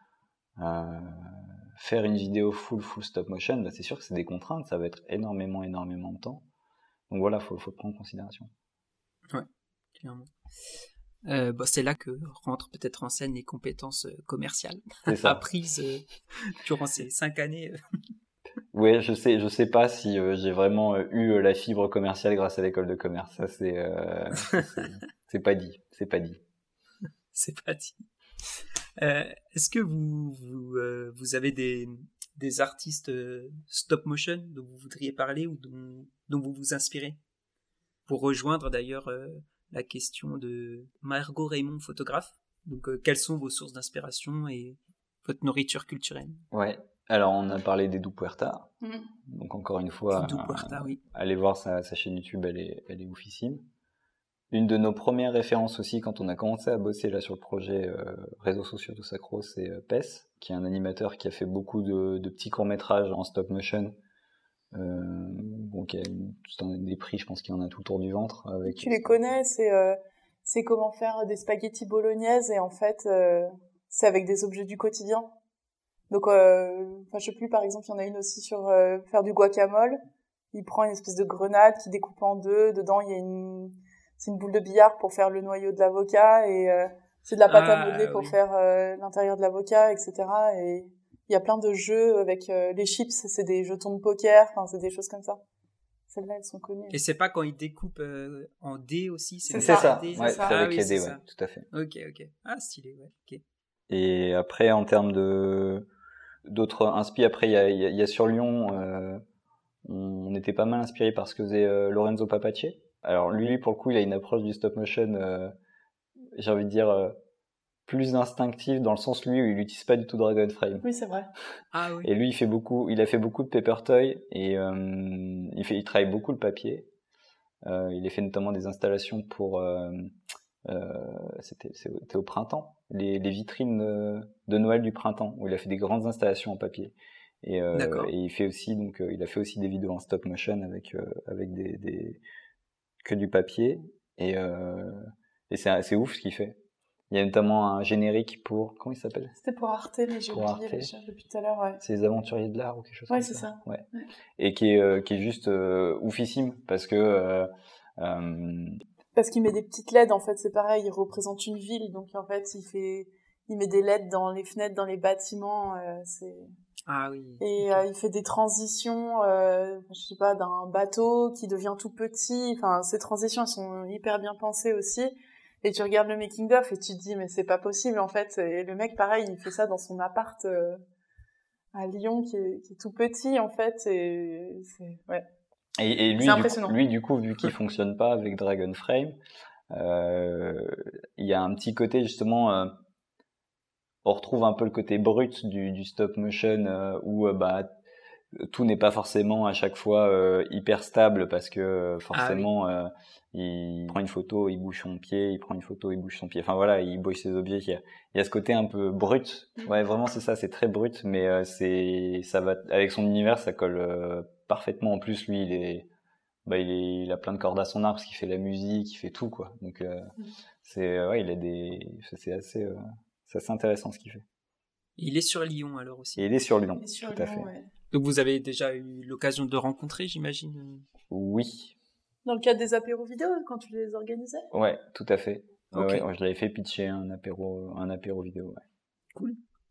Euh, faire une vidéo full, full stop motion, bah, c'est sûr que c'est des contraintes, ça va être énormément, énormément de temps. Donc voilà, faut, faut le prendre en considération. Ouais, clairement. Euh, bah, c'est là que rentrent peut-être en scène les compétences commerciales apprises euh, durant ces cinq années. Oui, je sais, je sais pas si euh, j'ai vraiment euh, eu euh, la fibre commerciale grâce à l'école de commerce. Ça, c'est, euh, c'est, c'est pas dit, c'est pas dit. C'est pas dit. Euh, est-ce que vous vous, euh, vous avez des des artistes euh, stop motion dont vous voudriez parler ou dont, dont vous vous inspirez, pour rejoindre d'ailleurs euh, la question de Margot Raymond, photographe. Donc, euh, quelles sont vos sources d'inspiration et votre nourriture culturelle? Ouais. Alors, on a parlé d'Edu Puerta. Mmh. Donc, encore une fois, Edu Puerta, euh, oui. allez voir sa, sa chaîne YouTube, elle est, elle est oufissime. Une de nos premières références aussi quand on a commencé à bosser là sur le projet euh, réseaux sociaux de Sacro, c'est euh, P E S, qui est un animateur qui a fait beaucoup de, de petits courts-métrages en stop motion. Euh, bon, qui a une, tout un, des prix, je pense qu'il en a tout le tour du ventre. Avec tu les connais, c'est, euh, c'est comment faire des spaghettis bolognaises et en fait, euh, c'est avec des objets du quotidien. Donc, euh, enfin, je sais plus, par exemple, il y en a une aussi sur euh, faire du guacamole. Il prend une espèce de grenade qui découpe en deux. Dedans, il y a une, c'est une boule de billard pour faire le noyau de l'avocat et euh, c'est de la pâte ah, à modeler pour oui. faire euh, l'intérieur de l'avocat, et cetera. Et il y a plein de jeux avec euh, les chips, c'est des jetons de poker, enfin, c'est des choses comme ça. Celles-là, elles sont connues. Et c'est pas quand ils découpent euh, en dés aussi, c'est, c'est ça. D, ouais, c'est ça. Ah, avec oui, les dés, ça. Ouais, tout à fait. Ok, ok. Ah, stylé, ouais. Ok. Et après, en termes de d'autres inspi, après il y a, y, a, y a sur Lyon, euh, on était pas mal inspiré par ce que faisait euh, Lorenzo Papace. Alors lui, pour le coup, il a une approche du stop motion, euh, j'ai envie de dire euh, plus instinctive dans le sens lui où il n'utilise pas du tout Dragon Frame. Oui, c'est vrai. Ah oui. Et lui, il fait beaucoup, il a fait beaucoup de paper toy et euh, il fait, il travaille beaucoup le papier. Euh, il a fait notamment des installations pour, euh, euh, c'était, c'était au printemps, les, les vitrines de Noël du printemps où il a fait des grandes installations en papier. Et, euh, et il fait aussi, donc, euh, il a fait aussi des vidéos en stop motion avec euh, avec des, des que du papier et euh, et c'est c'est ouf ce qu'il fait. Il y a notamment un générique pour, comment il s'appelle? C'était pour Arte, mais j'ai oublié le chercher depuis tout à l'heure, ouais. C'est les Aventuriers de l'Art ou quelque chose ouais, comme ça. ça. Ouais, c'est ça. Ouais. Et qui est, euh, qui est juste euh, oufissime parce que... Euh, euh... Parce qu'il met des petites L E D, en fait, c'est pareil, il représente une ville, donc en fait, il fait, il met des L E D dans les fenêtres, dans les bâtiments, euh, c'est... Ah oui. Et okay. euh, il fait des transitions, euh, je sais pas, d'un bateau qui devient tout petit, enfin, ces transitions, elles sont hyper bien pensées aussi. Et tu regardes le making of et tu te dis mais c'est pas possible en fait. Et le mec pareil il fait ça dans son appart euh, à Lyon qui est, qui est tout petit en fait et c'est ouais. Et, et lui, c'est impressionnant. Du coup, lui du coup vu qu'il fonctionne pas avec Dragon Frame, euh, il y a un petit côté justement, euh, on retrouve un peu le côté brut du, du stop motion euh, où euh, bah tout n'est pas forcément à chaque fois euh, hyper stable parce que euh, forcément ah, oui. euh, il prend une photo, il bouge son pied, il prend une photo, il bouge son pied. Enfin voilà, il bouge ses objets. Il y a, il y a ce côté un peu brut. Ouais, vraiment c'est ça, c'est très brut, mais euh, c'est ça va avec son univers, ça colle euh, parfaitement. En plus, lui, il est, bah il est, il a plein de cordes à son arc parce qu'il fait la musique, il fait tout quoi. Donc euh, mm. c'est ouais, il a des, c'est assez, euh, c'est assez intéressant ce qu'il fait. Il est sur Lyon alors aussi. Et il est sur Lyon, il est sur tout Lyon, à fait. Ouais. Donc vous avez déjà eu l'occasion de le rencontrer, j'imagine. Oui. Dans le cadre des apéros vidéo, quand tu les organisais? Ouais, tout à fait. Okay. Ouais, ouais, je l'avais fait pitcher un apéro, un apéro vidéo. Ouais. Cool.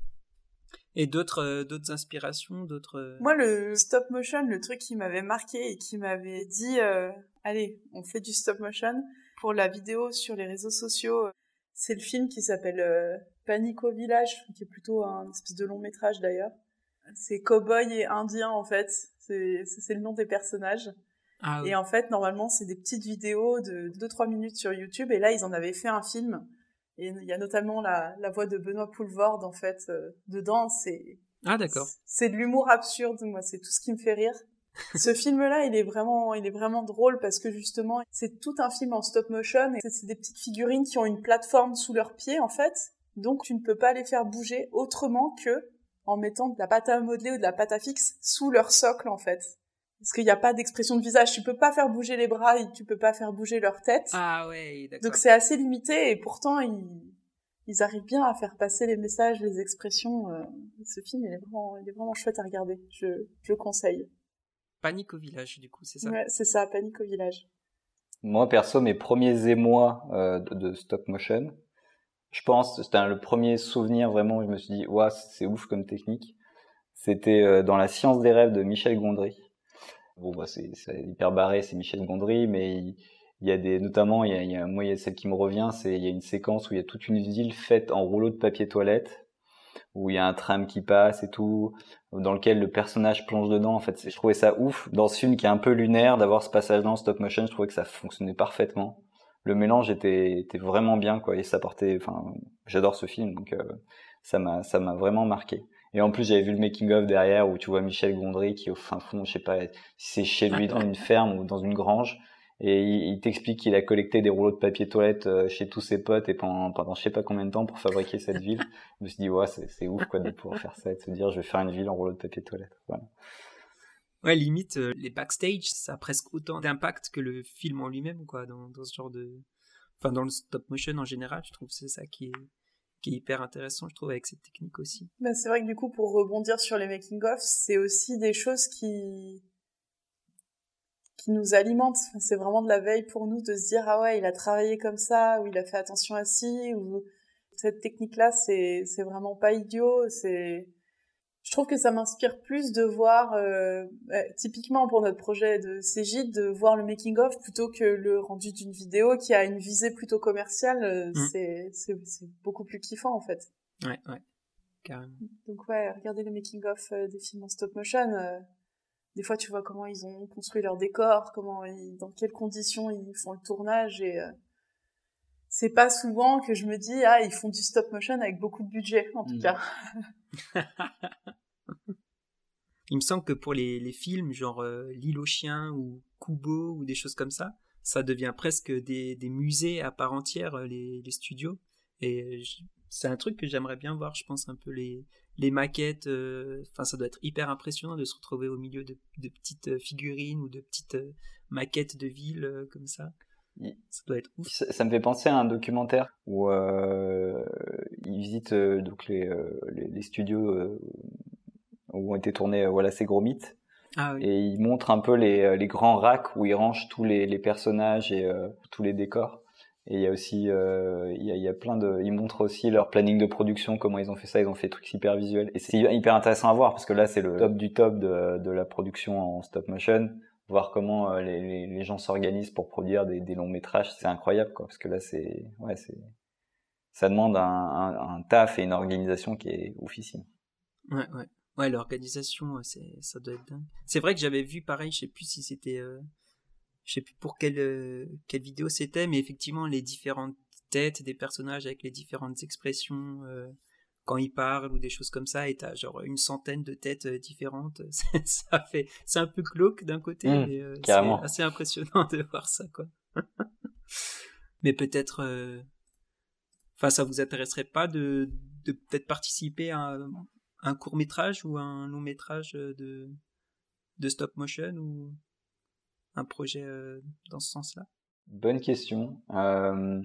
Et d'autres, euh, d'autres inspirations, d'autres. Euh... Moi, le stop motion, le truc qui m'avait marqué et qui m'avait dit, euh, allez, on fait du stop motion pour la vidéo sur les réseaux sociaux. C'est le film qui s'appelle euh, Panic au village, qui est plutôt un espèce de long métrage d'ailleurs. C'est cow-boy et indien en fait, c'est, c'est le nom des personnages. Ah, oui. Et en fait, normalement, c'est des petites vidéos de deux trois minutes sur YouTube. Et là, ils en avaient fait un film. Et il y a notamment la, la voix de Benoît Poulvord, en fait, euh, dedans. C'est, ah, d'accord. C'est de l'humour absurde, moi, c'est tout ce qui me fait rire. Ce film-là, il est vraiment, il est vraiment drôle parce que justement, c'est tout un film en stop motion. Et c'est, c'est des petites figurines qui ont une plateforme sous leurs pieds, en fait. Donc, tu ne peux pas les faire bouger autrement que en mettant de la pâte à modeler ou de la pâte à fixe sous leur socle, en fait. Parce qu'il n'y a pas d'expression de visage. Tu peux pas faire bouger les bras et tu peux pas faire bouger leur tête. Ah ouais, d'accord. Donc c'est assez limité et pourtant ils, ils arrivent bien à faire passer les messages, les expressions. Euh, ce film, il est vraiment, il est vraiment chouette à regarder. Je, je le conseille. Panic au village, du coup, c'est ça? Ouais, c'est ça, Panic au village. Moi, perso, mes premiers émois euh, de, de stop motion, je pense, c'était un, le premier souvenir vraiment où je me suis dit, ouah, c'est ouf comme technique. C'était euh, dans La Science des rêves de Michel Gondry. Bon, bah, c'est, c'est hyper barré, c'est Michel Gondry, mais il, il y a des, notamment, il y a, il y a, moi, il y a celle qui me revient, c'est, il y a une séquence où il y a toute une ville faite en rouleau de papier toilette, où il y a un tram qui passe et tout, dans lequel le personnage plonge dedans. En fait, c'est, je trouvais ça ouf. Dans ce film qui est un peu lunaire, d'avoir ce passage-là en stop motion, je trouvais que ça fonctionnait parfaitement. Le mélange était, était vraiment bien, quoi, et ça portait, enfin, j'adore ce film, donc, euh, ça m'a, ça m'a vraiment marqué. Et en plus, j'avais vu le making-of derrière où tu vois Michel Gondry qui est au fin fond, je sais pas si c'est chez lui dans une ferme ou dans une grange. et il, il t'explique qu'il a collecté des rouleaux de papier toilette euh, chez tous ses potes et pendant, pendant je sais pas combien de temps pour fabriquer cette ville. Je me suis dit ouais c'est, c'est ouf quoi de pouvoir faire ça et de se dire je vais faire une ville en rouleau de papier toilette. Voilà. Ouais, limite euh, les backstage ça a presque autant d'impact que le film en lui-même quoi dans, dans ce genre de, enfin dans le stop motion en général. Je trouve que c'est ça qui est qui est hyper intéressant, je trouve, avec cette technique aussi. Bah, c'est vrai que du coup, pour rebondir sur les making-of, c'est aussi des choses qui qui nous alimentent. Enfin, c'est vraiment de la veille pour nous de se dire ah ouais, il a travaillé comme ça, ou il a fait attention à ci, ou cette technique-là, c'est c'est vraiment pas idiot. C'est, je trouve que ça m'inspire plus de voir, euh, euh, typiquement pour notre projet de Cégide, de voir le making-of plutôt que le rendu d'une vidéo qui a une visée plutôt commerciale. Euh, mmh. c'est, c'est, c'est beaucoup plus kiffant, en fait. Ouais, ouais, carrément. Donc ouais, regardez le making-of euh, des films en stop-motion. Euh, des fois, tu vois comment ils ont construit leur décor, comment ils, dans quelles conditions ils font le tournage, et euh, c'est pas souvent que je me dis ah ils font du stop-motion avec beaucoup de budget, en tout mmh. cas. Il me semble que pour les, les films genre euh, L'île aux chiens ou Kubo ou des choses comme ça, ça devient presque des, des musées à part entière, les, les studios. Et je, c'est un truc que j'aimerais bien voir, je pense, un peu les, les maquettes. Enfin, euh, ça doit être hyper impressionnant de se retrouver au milieu de, de petites figurines ou de petites euh, maquettes de villes euh, comme ça. Ça doit être ouf. Ça, ça me fait penser à un documentaire où euh, ils visitent euh, donc les, euh, les, les studios euh, où ont été tournés euh, voilà, ces gros mythes. Ah, oui. Et ils montrent un peu les, les grands racks où ils rangent tous les, les personnages et euh, tous les décors. Et il y a aussi, euh, il y a, il y a plein de, ils montrent aussi leur planning de production, comment ils ont fait ça, ils ont fait des trucs hyper visuels. Et c'est hyper intéressant à voir parce que là, c'est le top du top de, de la production en stop motion. Voir comment euh, les, les, les gens s'organisent pour produire des, des longs métrages, c'est incroyable, quoi. Parce que là, c'est, ouais, c'est, ça demande un, un, un taf et une organisation qui est oufissime. Ouais, ouais. Ouais, l'organisation, c'est, ça doit être dingue. C'est vrai que j'avais vu pareil, je sais plus si c'était, euh, je sais plus pour quelle, euh, quelle vidéo c'était, mais effectivement, les différentes têtes des personnages avec les différentes expressions, euh, quand ils parlent ou des choses comme ça, et t'as genre une centaine de têtes euh, différentes. Ça fait, c'est un peu glauque d'un côté, mmh, mais euh, c'est assez impressionnant de voir ça, quoi. Mais peut-être, euh, enfin, ça vous intéresserait pas de, de peut-être participer à un court-métrage ou un long-métrage de, de stop-motion ou un projet euh, dans ce sens-là? Bonne question. Euh...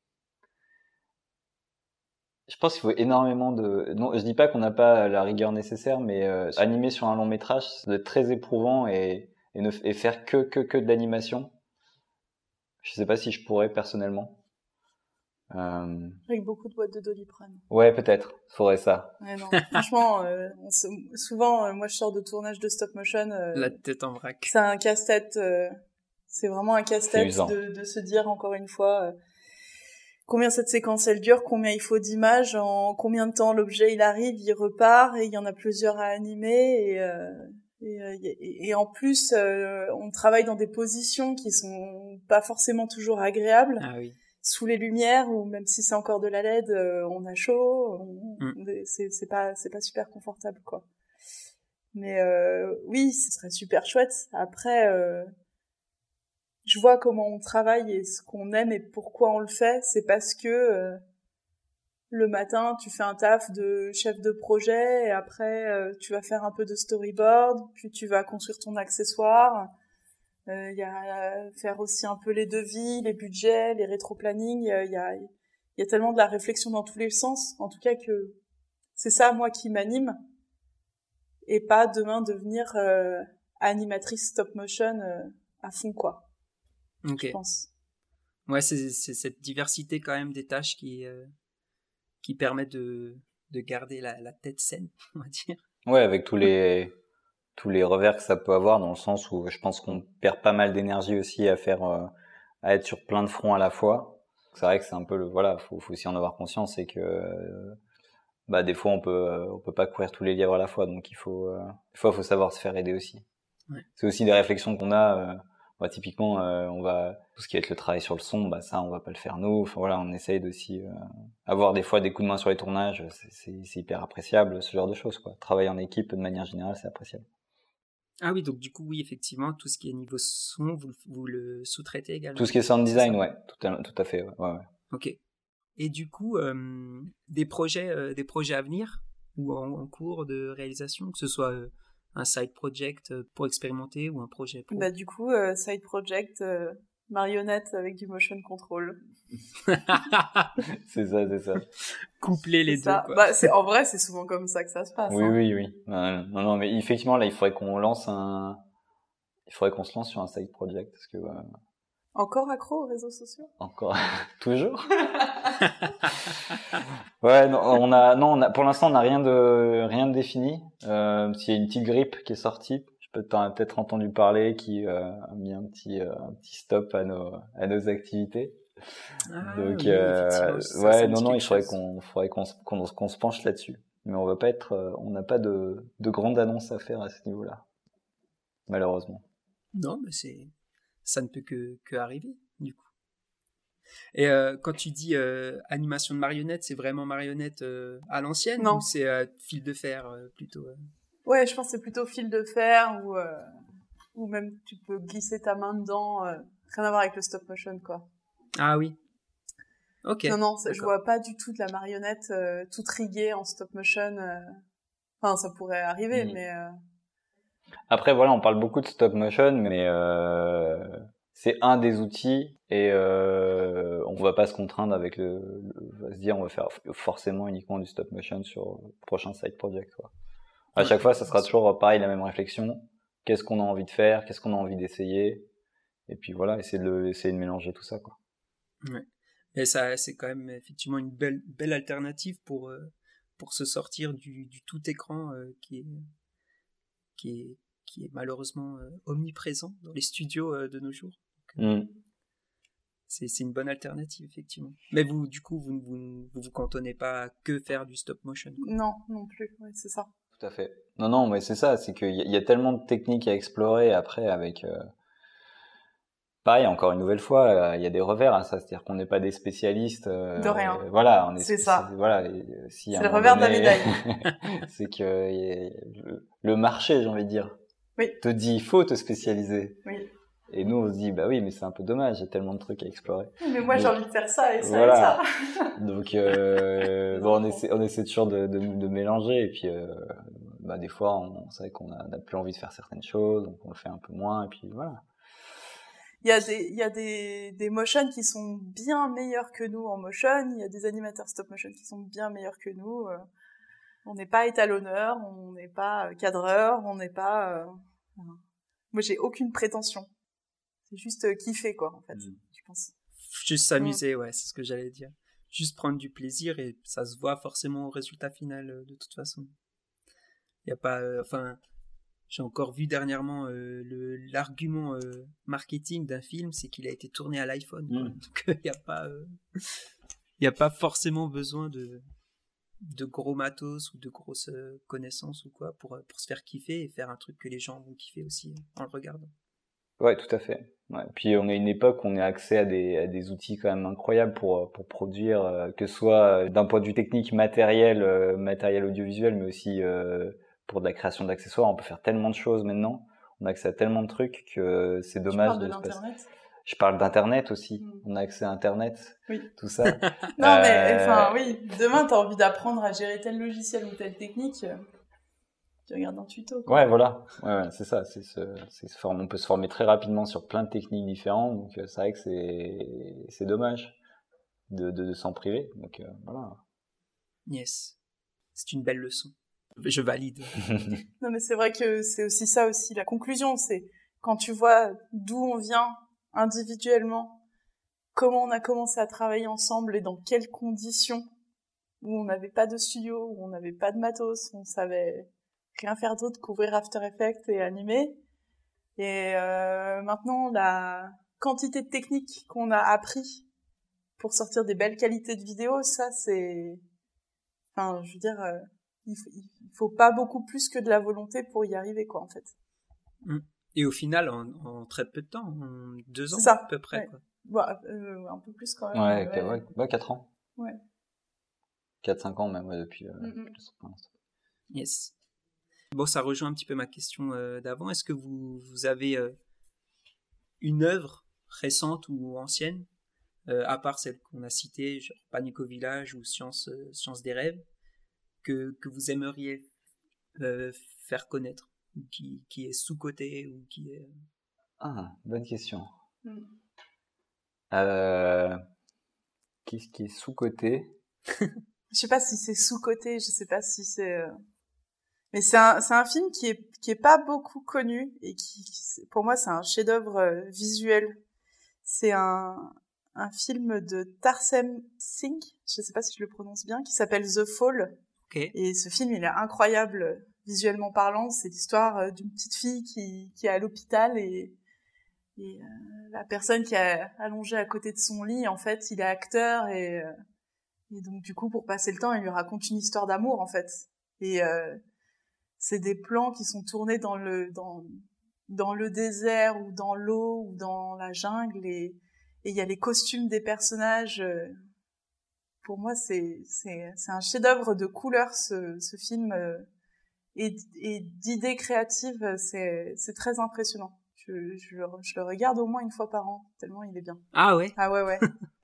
Je pense qu'il faut énormément de... Non, je dis pas qu'on n'a pas la rigueur nécessaire, mais euh, animer sur un long-métrage, ça doit être très éprouvant et, et, ne... et faire que, que, que de l'animation. Je sais pas si je pourrais personnellement. Euh... Avec beaucoup de boîtes de Doliprane. Ouais, peut-être. Faudrait ça. Ouais, non. Franchement, euh, on se... souvent, euh, moi, je sors de tournage de stop motion. Euh, La tête en vrac. C'est un casse-tête. Euh... C'est vraiment un casse-tête de, de se dire encore une fois euh, combien cette séquence elle dure, combien il faut d'images, en combien de temps l'objet il arrive, il repart, et il y en a plusieurs à animer. Et, euh... et, et, et en plus, euh, on travaille dans des positions qui sont pas forcément toujours agréables. Ah oui. Sous les lumières, ou même si c'est encore de la L E D, euh, on a chaud, on, mm. c'est, c'est pas, c'est pas super confortable, quoi. Mais euh, oui, ce serait super chouette. Après, euh, je vois comment on travaille et ce qu'on aime et pourquoi on le fait. C'est parce que euh, le matin, tu fais un taf de chef de projet, et après, euh, tu vas faire un peu de storyboard, puis tu vas construire ton accessoire. Il euh, y a faire aussi un peu les devis, les budgets, les rétro-plannings. Il y a, il y a tellement de la réflexion dans tous les sens. En tout cas, que c'est ça, moi, qui m'anime. Et pas demain devenir euh, animatrice stop-motion euh, à fond, quoi. Ok. Je pense. Ouais, c'est, c'est cette diversité quand même des tâches qui, euh, qui permet de, de garder la, la tête saine, on va dire. Ouais, avec tous les... tous les revers que ça peut avoir, dans le sens où je pense qu'on perd pas mal d'énergie aussi à faire, euh, à être sur plein de fronts à la fois. C'est vrai que c'est un peu le, voilà, faut, faut aussi en avoir conscience, c'est que, euh, bah, des fois on peut, euh, on peut pas courir tous les lièvres à la fois, donc il faut, euh, des fois faut savoir se faire aider aussi. Ouais. C'est aussi des réflexions qu'on a, euh, bah, typiquement, euh, on va, tout ce qui va être le travail sur le son, bah, ça on va pas le faire nous, enfin voilà, on essaye d'aussi, euh, avoir des fois des coups de main sur les tournages, c'est, c'est, c'est hyper appréciable, ce genre de choses, quoi. Travailler en équipe de manière générale, c'est appréciable. Ah oui, donc du coup, oui, effectivement, tout ce qui est niveau son, vous, vous le sous-traitez également. Tout ce qui est sound design, ouais, tout à, tout à fait, ouais, ouais, ouais. Ok. Et du coup, euh, des projets, euh, des projets à venir ou en, en cours de réalisation, que ce soit euh, un side project pour expérimenter ou un projet pro. Bah du coup, euh, side project, euh, marionnette avec du motion control. C'est ça, c'est ça. Coupler les ça. deux, quoi. Bah, c'est, en vrai, c'est souvent comme ça que ça se passe. Oui, hein. oui, oui. Non, non, non, mais effectivement, là, il faudrait qu'on lance un, il faudrait qu'on se lance sur un side project, parce que, euh... Encore accro aux réseaux sociaux? Encore, toujours. Ouais, non, on a, non, on a, pour l'instant, on n'a rien de, rien de défini. Euh, s'il y a une petite grippe qui est sortie, je peux t'en peut-être entendu parler, qui euh, a mis un petit, euh, un petit stop à nos, à nos activités. Ah, Donc, oui, euh, ça, ouais, ça non, non, il faudrait chose. qu'on, faudrait qu'on, qu'on, qu'on se penche là-dessus. Mais on va pas être, euh, on n'a pas de, de grande annonce à faire à ce niveau-là, malheureusement. Non, mais c'est, ça ne peut que, que arriver, du coup. Et euh, quand tu dis euh, animation de marionnette, c'est vraiment marionnette euh, à l'ancienne non. ou c'est euh, fil de fer euh, plutôt euh... Ouais, je pense que c'est plutôt fil de fer ou euh, ou même tu peux glisser ta main dedans. Euh, rien à voir avec le stop motion, quoi. Ah oui. Ok. Non, non, je vois pas du tout de la marionnette euh, toute riguée en stop motion. Euh... Enfin, ça pourrait arriver, mmh. mais... Euh... Après, voilà, on parle beaucoup de stop motion, mais euh, c'est un des outils et euh, on va pas se contraindre avec le, le... On va se dire on va faire forcément uniquement du stop motion sur le prochain side project, quoi. À chaque fois, ça sera toujours pareil, la même réflexion. Qu'est-ce qu'on a envie de faire? Qu'est-ce qu'on a envie d'essayer? Et puis voilà, essayer de, le, essayer de mélanger tout ça, quoi. Ouais. Et ça, c'est quand même effectivement une belle, belle alternative pour, euh, pour se sortir du, du tout écran euh, qui est, qui est, qui est malheureusement euh, omniprésent dans les studios euh, de nos jours. Donc, mm. c'est, c'est une bonne alternative, effectivement. Mais vous, du coup, vous ne vous, vous, vous cantonnez pas à que faire du stop motion, quoi. Non, non plus, ouais, c'est ça. Tout à fait. Non, non, mais c'est ça, c'est qu'il y, y a tellement de techniques à explorer après avec... Euh... Pareil, encore une nouvelle fois, il euh, y a des revers à ça, c'est-à-dire qu'on n'est pas des spécialistes. Euh, de rien. Euh, voilà, on est. C'est ça. Voilà. Et, si c'est le revers donné, de la médaille. C'est que y a, le, le marché, j'ai envie de dire, oui. te dit il faut te spécialiser. Oui. Et nous, on se dit bah oui, mais c'est un peu dommage, il y a tellement de trucs à explorer. Mais moi, donc, j'ai envie de faire ça et ça voilà. et ça. Donc, euh, bon, on essaie, on essaie toujours de, de, de mélanger et puis. Euh, bah des fois, on, on sait qu'on a, on a plus envie de faire certaines choses, donc on le fait un peu moins et puis voilà. Il y a des, il y a des, des motion qui sont bien meilleurs que nous en motion. Il y a des animateurs stop motion qui sont bien meilleurs que nous. Euh, on n'est pas étalonneur, on n'est pas cadreur, on n'est pas. Euh... Moi, j'ai aucune prétention. C'est juste kiffer, quoi, en fait. Mmh. Je pense. Juste s'amuser, mmh. ouais, c'est ce que j'allais dire. Juste prendre du plaisir et ça se voit forcément au résultat final de toute façon. Il y a pas, euh, enfin. J'ai encore vu dernièrement euh, le, l'argument euh, marketing d'un film, c'est qu'il a été tourné à l'iPhone. Quoi. Mmh. Donc il n'y a pas, il euh, y a pas forcément besoin de de gros matos ou de grosses euh, connaissances ou quoi pour pour se faire kiffer et faire un truc que les gens vont kiffer aussi en le regardant. Ouais, tout à fait. Ouais. Puis on a une époque où on a accès à des à des outils quand même incroyables pour pour produire, euh, que ce soit d'un point de vue technique, matériel, euh, matériel audiovisuel, mais aussi euh, pour de la création d'accessoires. On peut faire tellement de choses maintenant. On a accès à tellement de trucs que c'est dommage. Tu parles de, de l'internet. Je parle d'internet aussi. Mmh. On a accès à internet. Oui. Tout ça. non euh... mais enfin oui. Demain t'as envie d'apprendre à gérer tel logiciel ou telle technique. Tu regardes un tuto, quoi. Ouais, voilà. Ouais, ouais, c'est ça. C'est ce, c'est se former. On peut se former très rapidement sur plein de techniques différentes. Donc, c'est vrai que c'est, c'est dommage de, de, de s'en priver. Donc, euh, voilà. Yes. C'est une belle leçon. Je valide. Non, mais c'est vrai que c'est aussi ça aussi. La conclusion, c'est quand tu vois d'où on vient individuellement, comment on a commencé à travailler ensemble et dans quelles conditions, où on n'avait pas de studio, où on n'avait pas de matos, on savait rien faire d'autre qu'ouvrir After Effects et animer. Et euh, maintenant, la quantité de techniques qu'on a appris pour sortir des belles qualités de vidéo, ça c'est... Enfin, je veux dire, euh, il, faut, il faut pas beaucoup plus que de la volonté pour y arriver, quoi, en fait. Et au final, en, en très peu de temps, en deux ans c'est ça, à peu près, ouais. quoi. Bah, euh, un peu plus quand même. Ouais, ouais, ouais, ouais quatre ans. Ouais. quatre cinq ans même, ouais, depuis... Euh, mm-hmm. Yes. Bon, ça rejoint un petit peu ma question euh, d'avant. Est-ce que vous, vous avez euh, une œuvre récente ou ancienne, euh, à part celle qu'on a citée, genre Panique au village ou Science, euh, Science des rêves, que, que vous aimeriez euh, faire connaître, ou qui, qui est sous-cotée ou qui est... Ah, bonne question. Mm. Euh, qu'est-ce qui est sous-coté? Je sais pas si c'est sous-coté, je sais pas si c'est... Euh... Mais c'est un, c'est un film qui est, qui est pas beaucoup connu et qui, pour moi, c'est un chef-d'œuvre euh, visuel. C'est un, un film de Tarsem Singh, je sais pas si je le prononce bien, qui s'appelle The Fall. Okay. Et ce film, il est incroyable, visuellement parlant. C'est l'histoire euh, d'une petite fille qui, qui est à l'hôpital et, et euh, la personne qui est allongée à côté de son lit, en fait, il est acteur et, euh, et donc, du coup, pour passer le temps, il lui raconte une histoire d'amour, en fait. Et... Euh, c'est des plans qui sont tournés dans le dans dans le désert ou dans l'eau ou dans la jungle et et il y a les costumes des personnages. Pour moi, c'est c'est c'est un chef-d'œuvre de couleurs, ce ce film, et et d'idées créatives. C'est c'est très impressionnant. Je je le je le regarde au moins une fois par an tellement il est bien. Ah ouais. Ah ouais ouais.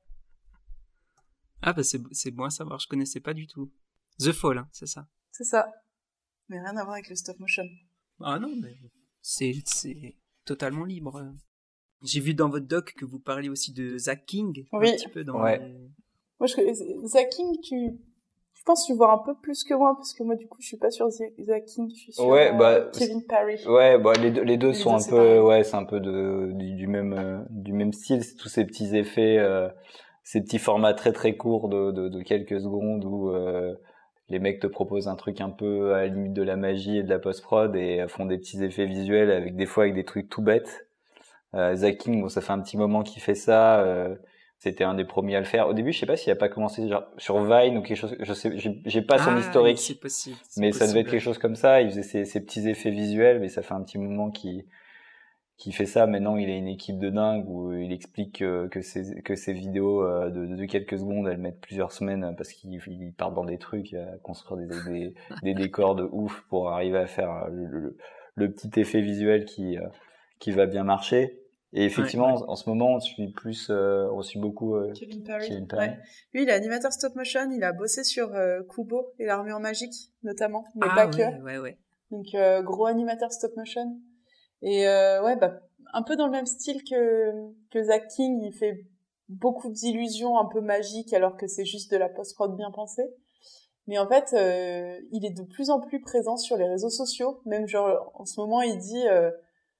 Ah bah c'est c'est bon à savoir. Je connaissais pas du tout. The Fall, hein, c'est ça. C'est ça. Mais rien à voir avec le stop motion. Ah non, mais c'est, c'est totalement libre. J'ai vu dans votre doc que vous parliez aussi de Zach King. Oui. Un petit peu dans ouais. les... Moi, je, Zach King, tu, je pense que tu vois un peu plus que moi, parce que moi, du coup, je suis pas sur Zach King, je suis sur ouais, bah, euh, Kevin Parry. Ouais, bah, les deux, les deux les sont deux, un peu, pareil. Ouais, c'est un peu de, du, du même, euh, du même style. C'est tous ces petits effets, euh, ces petits formats très très courts de, de, de quelques secondes où, euh, les mecs te proposent un truc un peu à la limite de la magie et de la post-prod et font des petits effets visuels avec des fois avec des trucs tout bêtes. Euh, Zach King, bon, ça fait un petit moment qu'il fait ça. Euh, c'était un des premiers à le faire. Au début, je sais pas s'il a pas commencé genre sur Vine ou quelque chose. Je sais, j'ai, j'ai pas son ah, historique. C'est possible. C'est mais possible. Ça devait être quelque chose comme ça. Il faisait ses, ses petits effets visuels, mais ça fait un petit moment qu'il qui fait ça. Maintenant, il a une équipe de dingue où il explique que, que ces que ces vidéos de, de quelques secondes, elles mettent plusieurs semaines parce qu'ils ils partent dans des trucs, à construire des des, des décors de ouf pour arriver à faire le, le, le petit effet visuel qui qui va bien marcher. Et effectivement, ouais, ouais. En ce moment, on suit plus, euh, on suit beaucoup euh, Kevin Parry. Kevin Parry. Ouais. Lui, il est animateur stop motion. Il a bossé sur euh, Kubo et l'armure magique, notamment, mais ah, pas ouais, que. Ouais, ouais. Donc, euh, gros animateur stop motion. Et euh, ouais, bah un peu dans le même style que que Zach King, il fait beaucoup d'illusions un peu magiques alors que c'est juste de la post-prod bien pensée. Mais en fait, euh, il est de plus en plus présent sur les réseaux sociaux. Même genre en ce moment, il dit euh,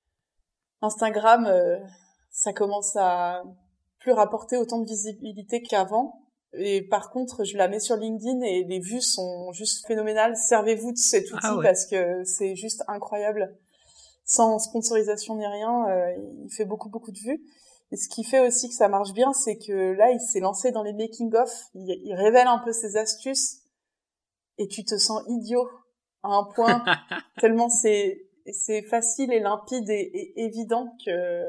Instagram, euh, ça commence à plus rapporter autant de visibilité qu'avant. Et par contre, je la mets sur LinkedIn et les vues sont juste phénoménales. Servez-vous de cet outil ah ouais. parce que c'est juste incroyable. Sans sponsorisation ni rien, euh, il fait beaucoup beaucoup de vues. Et ce qui fait aussi que ça marche bien, c'est que là, il s'est lancé dans les making-of, il, il révèle un peu ses astuces, et tu te sens idiot à un point, tellement c'est c'est facile et limpide et, et évident que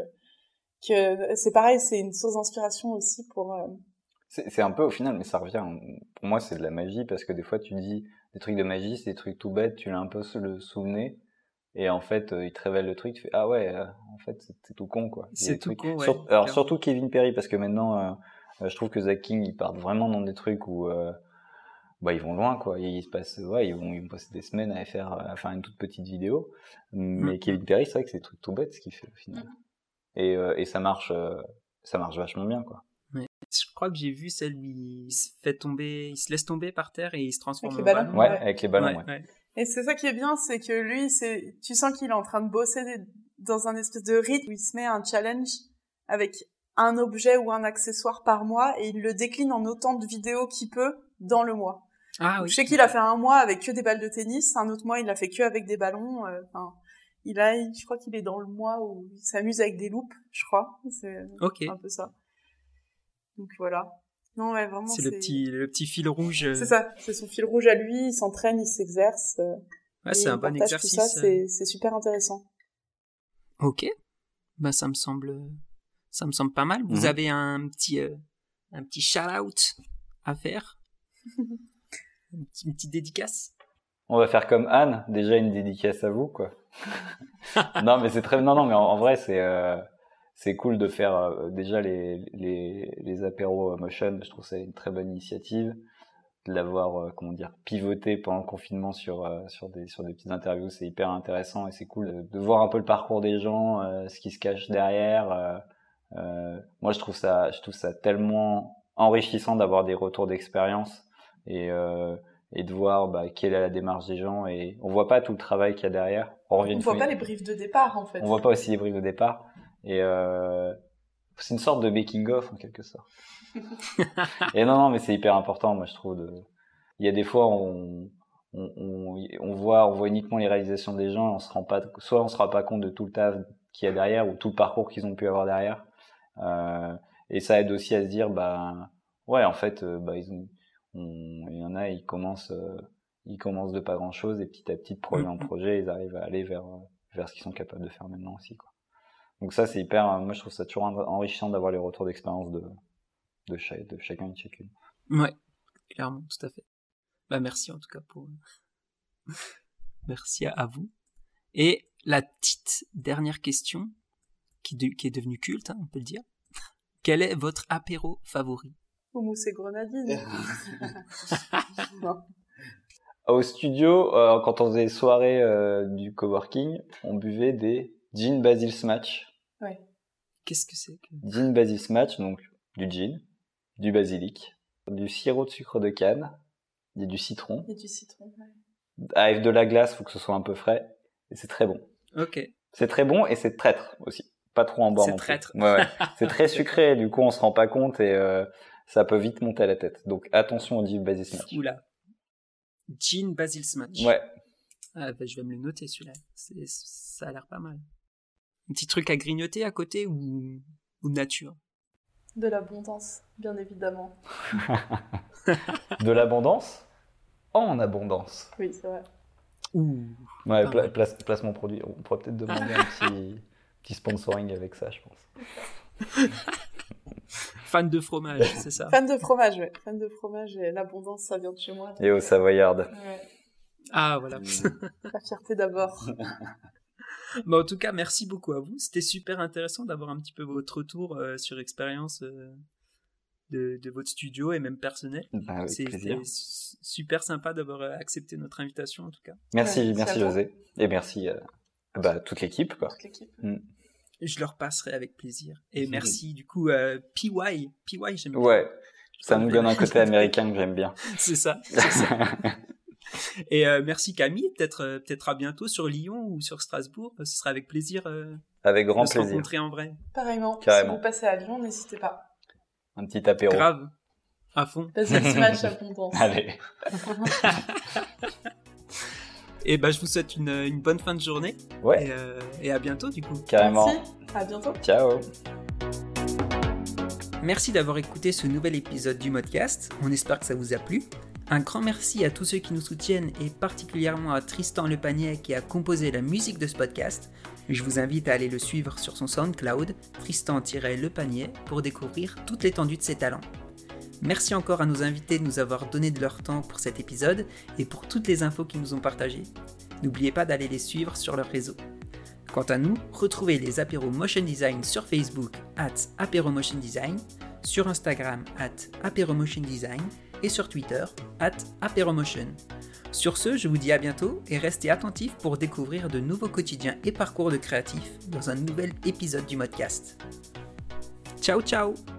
que c'est pareil, c'est une source d'inspiration aussi pour... Euh... C'est, c'est un peu au final, mais ça revient, pour moi c'est de la magie, parce que des fois tu dis des trucs de magie, c'est des trucs tout bêtes, tu l'as un peu le souvenir. Et en fait, euh, il te révèle le truc, tu fais ah ouais, euh, en fait c'est, c'est tout con quoi. C'est tout trucs... con. Ouais, Sur... Alors clairement. Surtout Kevin Parry parce que maintenant, euh, je trouve que Zach King il part vraiment dans des trucs où euh, bah ils vont loin quoi. Il se passe, ouais, ils vont, ils vont passer des semaines à faire, à faire une toute petite vidéo. Mais mmh. Kevin Parry, c'est vrai que c'est des trucs tout bêtes ce qu'il fait au final. Mmh. Et euh, et ça marche, euh, ça marche vachement bien quoi. Ouais. Je crois que j'ai vu celle où il se fait tomber, il se laisse tomber par terre et il se transforme avec les en ballon. Ouais, ouais, avec les ballons. Ouais, ouais. ouais. Et c'est ça qui est bien, c'est que lui, c'est, tu sens qu'il est en train de bosser des... dans un espèce de rythme où il se met un challenge avec un objet ou un accessoire par mois et il le décline en autant de vidéos qu'il peut dans le mois. Ah oui. Je sais qu'il a fait un mois avec que des balles de tennis, un autre mois il a fait que avec des ballons. Enfin, euh, il a, je crois qu'il est dans le mois où il s'amuse avec des loupes, je crois. C'est okay. un peu ça. Donc voilà. Non, ouais, vraiment, c'est, c'est... le petit, le petit fil rouge. C'est ça, c'est son fil rouge à lui, il s'entraîne, il s'exerce. Ouais, c'est un bon exercice. Tout ça, c'est, c'est super intéressant. Ok. Bah, ça me semble, ça me semble pas mal. Vous mmh. avez un petit, euh, un petit shout-out à faire? une, petite, une petite dédicace? On va faire comme Anne, déjà une dédicace à vous, quoi. non, mais c'est très, non, non, mais en, en vrai, c'est, euh, c'est cool de faire euh, déjà les, les, les apéros motion. Je trouve ça une très bonne initiative. De l'avoir, euh, comment dire, pivoté pendant le confinement sur, euh, sur des, sur des petites interviews, c'est hyper intéressant et c'est cool de, de voir un peu le parcours des gens, euh, ce qui se cache derrière. Euh, euh, moi, je trouve ça, je trouve ça tellement enrichissant d'avoir des retours d'expérience et, euh, et de voir bah, quelle est la démarche des gens, et on voit pas tout le travail qu'il y a derrière. On, on voit pas les briefs de départ, en fait. On voit pas aussi les briefs de départ, et euh, c'est une sorte de making of en quelque sorte. Et non non mais c'est hyper important, moi je trouve. De... il y a des fois on on, on on voit on voit uniquement les réalisations des gens et on se rend pas, soit on se rend pas compte de tout le taf qu'il y a derrière ou tout le parcours qu'ils ont pu avoir derrière, euh, et ça aide aussi à se dire bah ouais en fait euh, bah ils ont on, il y en a ils commencent euh, ils commencent de pas grand chose et petit à petit de projet en projet ils arrivent à aller vers vers ce qu'ils sont capables de faire maintenant aussi, quoi. Donc ça c'est hyper, moi je trouve ça toujours enrichissant d'avoir les retours d'expérience de de, chaque, de chacun et de chacune. Ouais, clairement, tout à fait. Bah merci en tout cas pour merci à, à vous. Et la petite dernière question qui, de, qui est devenue culte, hein, on peut le dire. Quel est votre apéro favori? Houmous et grenadine. Au studio, euh, quand on faisait les soirées euh, du coworking, on buvait des gin basil smash. Ouais. Qu'est-ce que c'est que... Gin basil smash, donc du gin, du basilic, du sirop de sucre de canne, et du citron. Et du citron, ouais. Avec de la glace, faut que ce soit un peu frais, et c'est très bon. Ok. C'est très bon et c'est traître aussi. Pas trop en boire non plus. C'est traître. Ouais, ouais. C'est très sucré, du coup on se rend pas compte et euh, ça peut vite monter à la tête. Donc attention au gin basil smash. Oula. Gin basil smash. Ouais. Ah, bah, je vais me le noter celui-là. C'est, ça a l'air pas mal. Un petit truc à grignoter à côté ou, ou nature? De l'abondance, bien évidemment. De l'abondance en abondance. Oui, c'est vrai. Ouh. Ouais, pla- place, place mon produit. On pourrait peut-être demander un petit, petit sponsoring avec ça, je pense. Fan de fromage, c'est ça? Fan de fromage, ouais. Fan de fromage et l'abondance, ça vient de chez moi. Et au Savoyard. Ouais. Ah, voilà. La fierté d'abord. Bah, en tout cas, merci beaucoup à vous. C'était super intéressant d'avoir un petit peu votre retour euh, sur expérience euh, de, de votre studio et même personnel. Bah, avec c'est, plaisir. C'était super sympa d'avoir accepté notre invitation, en tout cas. Merci, Ouais, merci José. Et merci à euh, bah, toute l'équipe, quoi. Toute l'équipe. Mm. Je leur passerai avec plaisir. Et merci, du coup, euh, P Y. P Y, j'aime bien. Ouais, ça nous donne un côté américain que j'aime bien. C'est ça, c'est ça. Et euh, merci Camille, peut-être euh, peut-être à bientôt sur Lyon ou sur Strasbourg. Ce sera avec plaisir euh, avec grand de se plaisir. rencontrer en vrai. Pareillement. Carrément. Si vous passez à Lyon, n'hésitez pas. Un petit apéro. Grave, à fond. Basil smash abondance. Allez. Et ben, je vous souhaite une, une bonne fin de journée. Ouais. Et, euh, et à bientôt du coup. Carrément. Merci. À bientôt. Ciao. Merci d'avoir écouté ce nouvel épisode du Modcast. On espère que ça vous a plu. Un grand merci à tous ceux qui nous soutiennent et particulièrement à Tristan Lepanier qui a composé la musique de ce podcast. Je vous invite à aller le suivre sur son SoundCloud, Tristan-Lepanier, pour découvrir toute l'étendue de ses talents. Merci encore à nos invités de nous avoir donné de leur temps pour cet épisode et pour toutes les infos qu'ils nous ont partagées. N'oubliez pas d'aller les suivre sur leurs réseaux. Quant à nous, retrouvez les apéros Motion Design sur Facebook at apéromotiondesign, sur Instagram at apéromotiondesign et sur Twitter at apéromotion. Sur ce, je vous dis à bientôt et restez attentifs pour découvrir de nouveaux quotidiens et parcours de créatifs dans un nouvel épisode du Modcast. Ciao ciao!